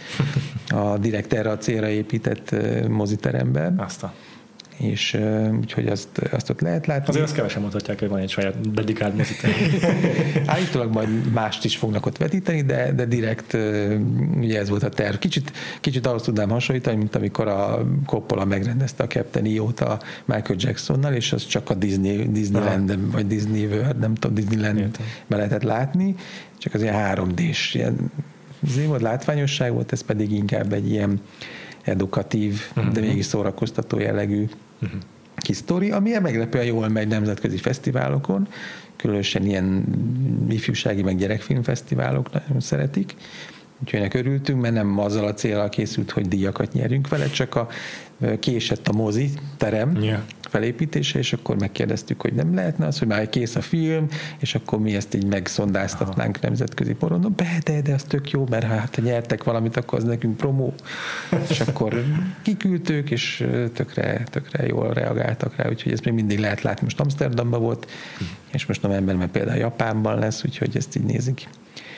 [SPEAKER 3] a direkt erre a célra épített moziteremben.
[SPEAKER 1] Aztán.
[SPEAKER 3] És uh, úgyhogy azt, azt ott lehet látni.
[SPEAKER 1] Azért azt kevesen mondhatják, hogy van egy saját dedikált moziterem.
[SPEAKER 3] Állítólag majd mást is fognak ott vetíteni, de, de direkt uh, ugye ez volt a terv. Kicsit, kicsit ahhoz tudnám hasonlítani, mint amikor a Coppola megrendezte a Captain í ó-t a Michael Jacksonnal, és az csak a Disney, Disneyland, vagy Disney World, nem tudom, Disneyland-be lehetett látni, csak az ilyen három dés ilyen volt, látványosság volt, ez pedig inkább egy ilyen edukatív, uh-huh. de mégis szórakoztató jellegű uh-huh. kis sztori, ami meglepően jól megy nemzetközi fesztiválokon, különösen ilyen ifjúsági meg gyerekfilmfesztiválok nagyon szeretik, úgyhogy ennek örültünk, mert nem azzal a célral készült, hogy díjakat nyerjünk vele, csak a késett a mozi terem yeah. felépítése, és akkor megkérdeztük, hogy nem lehetne az, hogy már kész a film, és akkor mi ezt így megszondáztatnánk Aha. nemzetközi porondon. Be, de, de az tök jó, mert hát ha nyertek valamit, akkor az nekünk promó. És akkor kiküldtük, és tökre, tökre jól reagáltak rá, úgyhogy ezt még mindig lehet látni. Most Amsterdamban volt, és most novemberben például Japánban lesz, úgyhogy ezt így nézik.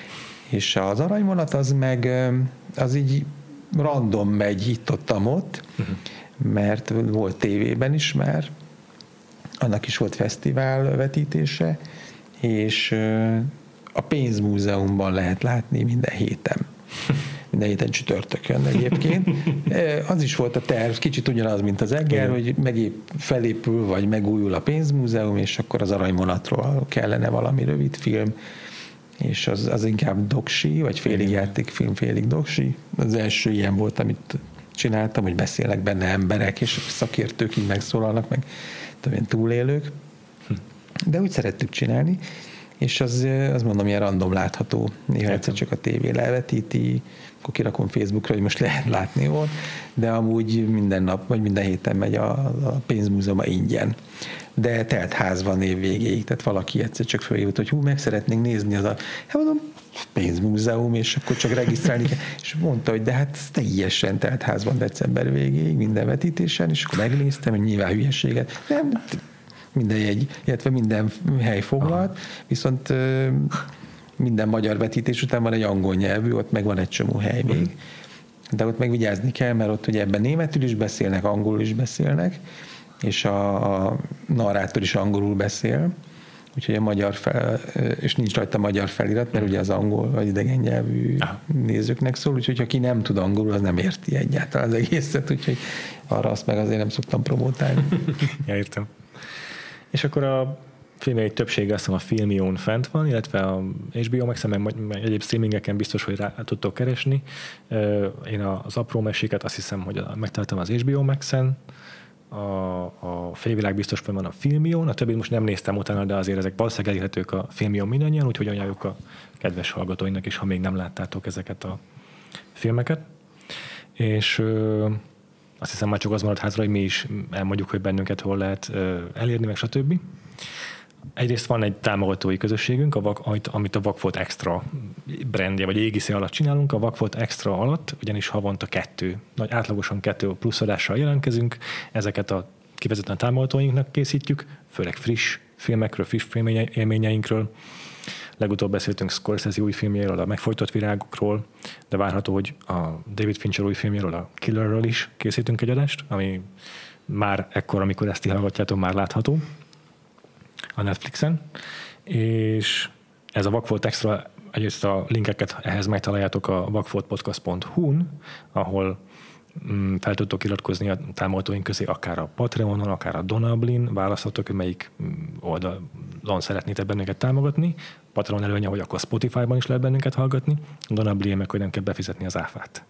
[SPEAKER 3] És az Aranyvonat az meg, az így random megy itt-ott-ott, uh-huh. mert volt tévében is már, annak is volt fesztivál vetítése, és a Pénzmúzeumban lehet látni minden héten. Minden héten csütörtökön egyébként. Az is volt a terv, kicsit ugyanaz, mint az Eger, uh-huh. hogy megép, felépül, vagy megújul a Pénzmúzeum, és akkor az Aranyvonatról kellene valami rövid film, és az, az inkább doksi, vagy félig játékfilm, félig doksi. Az első ilyen volt, amit csináltam, hogy beszélnek benne emberek, és szakértők így megszólalnak, meg tudom, túlélők. De úgy szerettük csinálni, és az, az mondom, ilyen random látható. Néha egyszer csak a tévé levetíti, akkor kirakom Facebookra, hogy most lehet látni ott, de amúgy minden nap, vagy minden héten megy a, a Pénzmúzeuma ingyen. De telt ház van év végéig, tehát valaki egyszer csak följött, hogy hú, meg szeretnénk nézni az a, hát mondom, Pénzmúzeum, és akkor csak regisztrálni kell. És mondta, hogy de hát teljesen telt ház van december végéig, minden vetítésen, és akkor megnéztem, hogy nyilván hülyeséget. Nem, minden jegy, illetve minden hely foglalt, viszont minden magyar vetítés után van egy angol nyelvű, ott meg van egy csomó hely még. De ott meg vigyázni kell, mert ott ugye ebben németül is beszélnek, angolul is beszélnek, és a, a narrátor is angolul beszél, úgyhogy a magyar fel, és nincs rajta magyar felirat, mert ugye az angol vagy idegen nyelvű nézőknek szól, úgyhogy ha ki nem tud angolul, az nem érti egyáltalán az egészet, úgyhogy arra azt meg azért nem szoktam promotálni.
[SPEAKER 1] Ja, értem. És akkor a filmjeik többsége azt hiszem a Filmión fent van, illetve a há bé o Maxen, meg egyéb streamingeken biztos, hogy rá tudtok keresni. Én az apró meséket azt hiszem, hogy megtaláltam az há bé o Maxen, a, a Félvilág biztos van a Filmión, a többit most nem néztem utána, de azért ezek valószínűleg elérhetők a Filmión mindannyian, úgyhogy ajánljuk a kedves hallgatóinak is, ha még nem láttátok ezeket a filmeket. És azt hiszem már csak az maradt hátra, hogy mi is elmondjuk, hogy bennünket hol lehet elérni, meg stb. Egyrészt van egy támogatói közösségünk, a Vak, amit a Vakfolt Extra brandje, vagy égisze alatt csinálunk. A Vakfolt Extra alatt ugyanis havonta kettő, nagy átlagosan kettő plusz adással jelentkezünk. Ezeket a kifejezetten támogatóinknak készítjük, főleg friss filmekről, friss filmélményeinkről. Legutóbb beszéltünk Scorsese új filmjéről, a Megfojtott virágokról, de várható, hogy a David Fincher új filmjéről, a Killerről is készítünk egy adást, ami már ekkor, amikor ezt ti hallgatjátok, már látható a Netflixen, és ez a Vakfolt Extra, egyrészt a linkeket ehhez megtaláljátok a vakfoltpodcast pont hu-n, ahol mm, fel tudtok iratkozni a támogatóink közé, akár a Patreonon, akár a Donablin, választhatok, hogy melyik oldalon szeretnétek bennünket támogatni. Patreon előnye, hogy akkor Spotify-ban is lehet bennünket hallgatni, a Donablin meg, hogy nem kell befizetni az áfát.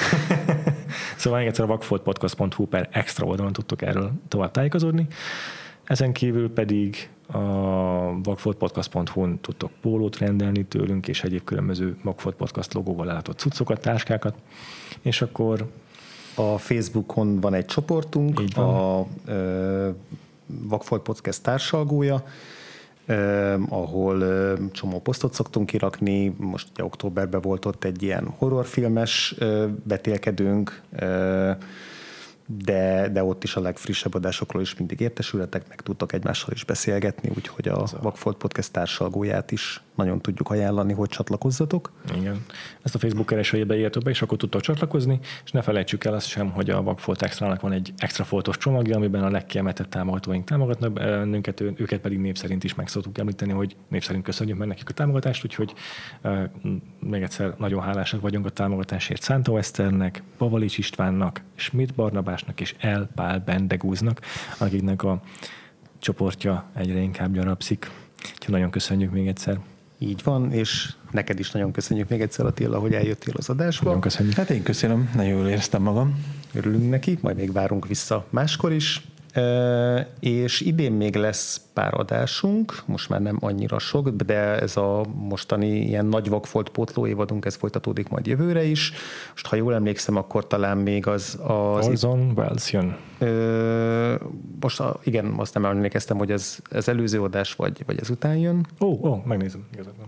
[SPEAKER 1] Szóval még egyszer a vakfoltpodcast pont hu per extra oldalon tudtok erről tovább tájékozódni. Ezen kívül pedig a vakfoltpodcast pont hu-n tudtok pólót rendelni tőlünk, és egyéb különböző Vakfolt Podcast logóval látott cuccokat, táskákat, és akkor
[SPEAKER 2] a Facebookon van egy csoportunk, a ö, Vakfolt Podcast társalgója, ö, ahol ö, csomó posztot szoktunk kirakni, most ugye októberben volt ott egy ilyen horrorfilmes ö, betélkedőnk, ö, De, de ott is a legfrissebb adásokról is mindig értesületek, meg tudtok egymással is beszélgetni, úgyhogy a Vakfolt Podcast társalgóját is nagyon tudjuk ajánlani, hogy csatlakozzatok.
[SPEAKER 1] Igen. Ezt a Facebook keresőjébe írjátok be, és akkor tudtok csatlakozni, és ne felejtsük el azt sem, hogy a Vakfolt Extra-nak van egy extra foltos csomagja, amiben a legkiemeltebb támogatóink támogatnak bennünket, őket pedig név szerint is meg szoktuk említeni, hogy név szerint köszönjük meg nekik a támogatást, úgyhogy uh, még egyszer nagyon hálásak vagyunk a támogatásért Szántó Eszternek, Pavalics Istvánnak, Schmidt Barnabásnak és L. Pál Bendegúznak, akiknek a csoportja egyre inkább gyarapszik. Úgyhogy nagyon köszönjük még egyszer.
[SPEAKER 2] Így van, és neked is nagyon köszönjük még egyszer, Attila, hogy eljöttél az adásba.
[SPEAKER 1] Nagyon köszönjük.
[SPEAKER 3] Hát én köszönöm, nagyon jól éreztem magam.
[SPEAKER 2] Örülünk neki, majd még várunk vissza máskor is. E, és idén még lesz pár adásunk, most már nem annyira sok, de ez a mostani ilyen nagy Vakfolt pótló évadunk, ez folytatódik majd jövőre is. Most ha jól emlékszem, akkor talán még az... az
[SPEAKER 1] Orson Welles jön.
[SPEAKER 2] E, most a, igen, azt nem emlékeztem, hogy ez, ez előző adás, vagy, vagy ez után jön.
[SPEAKER 1] Ó, oh, oh, megnézem, igazából.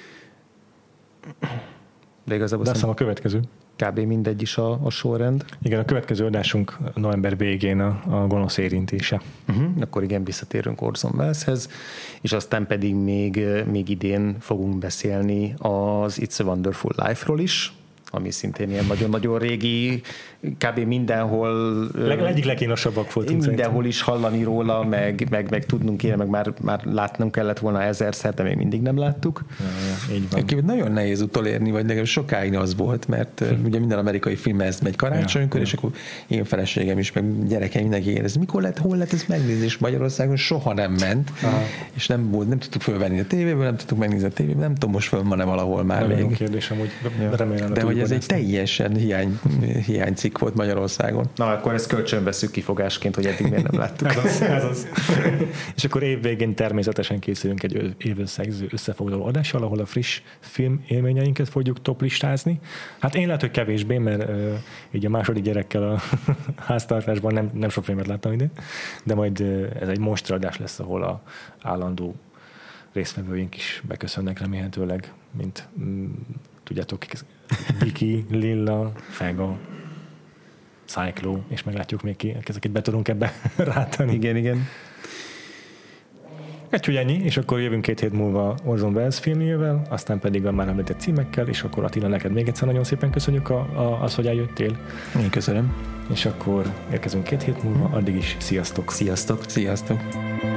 [SPEAKER 2] De igazából
[SPEAKER 1] de azt a következő.
[SPEAKER 2] Kb. Mindegy is a, a sorrend.
[SPEAKER 1] Igen, a következő adásunk november végén a, a gonosz érintése.
[SPEAKER 2] Uh-huh. Akkor igen, visszatérünk Orson Welleshez, és aztán pedig még, még idén fogunk beszélni az It's a Wonderful Life-ról is, ami szintén ilyen nagyon-nagyon régi, kb. Mindenhol...
[SPEAKER 1] Leg, egyik legkínosabbak voltunk.
[SPEAKER 2] Mindenhol
[SPEAKER 1] szerintem.
[SPEAKER 2] is hallani róla, meg, meg, meg tudnunk kéne, meg már, már látnunk kellett volna ezerszer, de még mindig nem láttuk.
[SPEAKER 1] Ja, ja, így van.
[SPEAKER 3] Egyébként nagyon nehéz utolérni, vagy nekem sokáig az volt, mert hm. ugye minden amerikai film ez megy karácsonykor, ja, és ja. akkor én feleségem is, meg gyerekeim mindenki érez, mikor lehet, hol lehet ezt megnézni, és Magyarországon soha nem ment, aha. és nem volt, nem tudtuk fölvenni a tévéből, nem tudtuk megnézni a tévéből, nem tudom, most föl van-e valahol már
[SPEAKER 1] nem
[SPEAKER 3] még.
[SPEAKER 1] kérdésem, hogy
[SPEAKER 3] ja.
[SPEAKER 1] remélem.
[SPEAKER 3] De hogy ez egy teljesen hiány, hiánycikk volt Magyarországon.
[SPEAKER 2] Na, akkor ezt kölcsön veszük kifogásként, hogy eddig miért nem láttuk.
[SPEAKER 1] ez az, ez az. És akkor évvégén természetesen készülünk egy évösszegző összefoglaló adással, ahol a friss film élményeinket fogjuk toplistázni. Hát én lehet, hogy kevésbé, mert uh, így a második gyerekkel a háztartásban nem, nem sok filmet láttam ide, de majd uh, ez egy monsteradás lesz, ahol a állandó résztvevőink is beköszönnek remélhetőleg, mint mm, tudjátok, Viki, Lilla, Fega, Cyclo, és meglátjuk még ki, ezeket be tudunk ebbe rátani.
[SPEAKER 2] Igen, igen.
[SPEAKER 1] Úgyhogy ennyi, és akkor jövünk két hét múlva Orson Welles filmjével, aztán pedig a már említett címekkel, és akkor Attila, neked még egyszer nagyon szépen köszönjük a, a, az, hogy eljöttél.
[SPEAKER 3] Én köszönöm.
[SPEAKER 1] És akkor érkezünk két hét múlva, addig is sziasztok!
[SPEAKER 2] Sziasztok!
[SPEAKER 3] Sziasztok!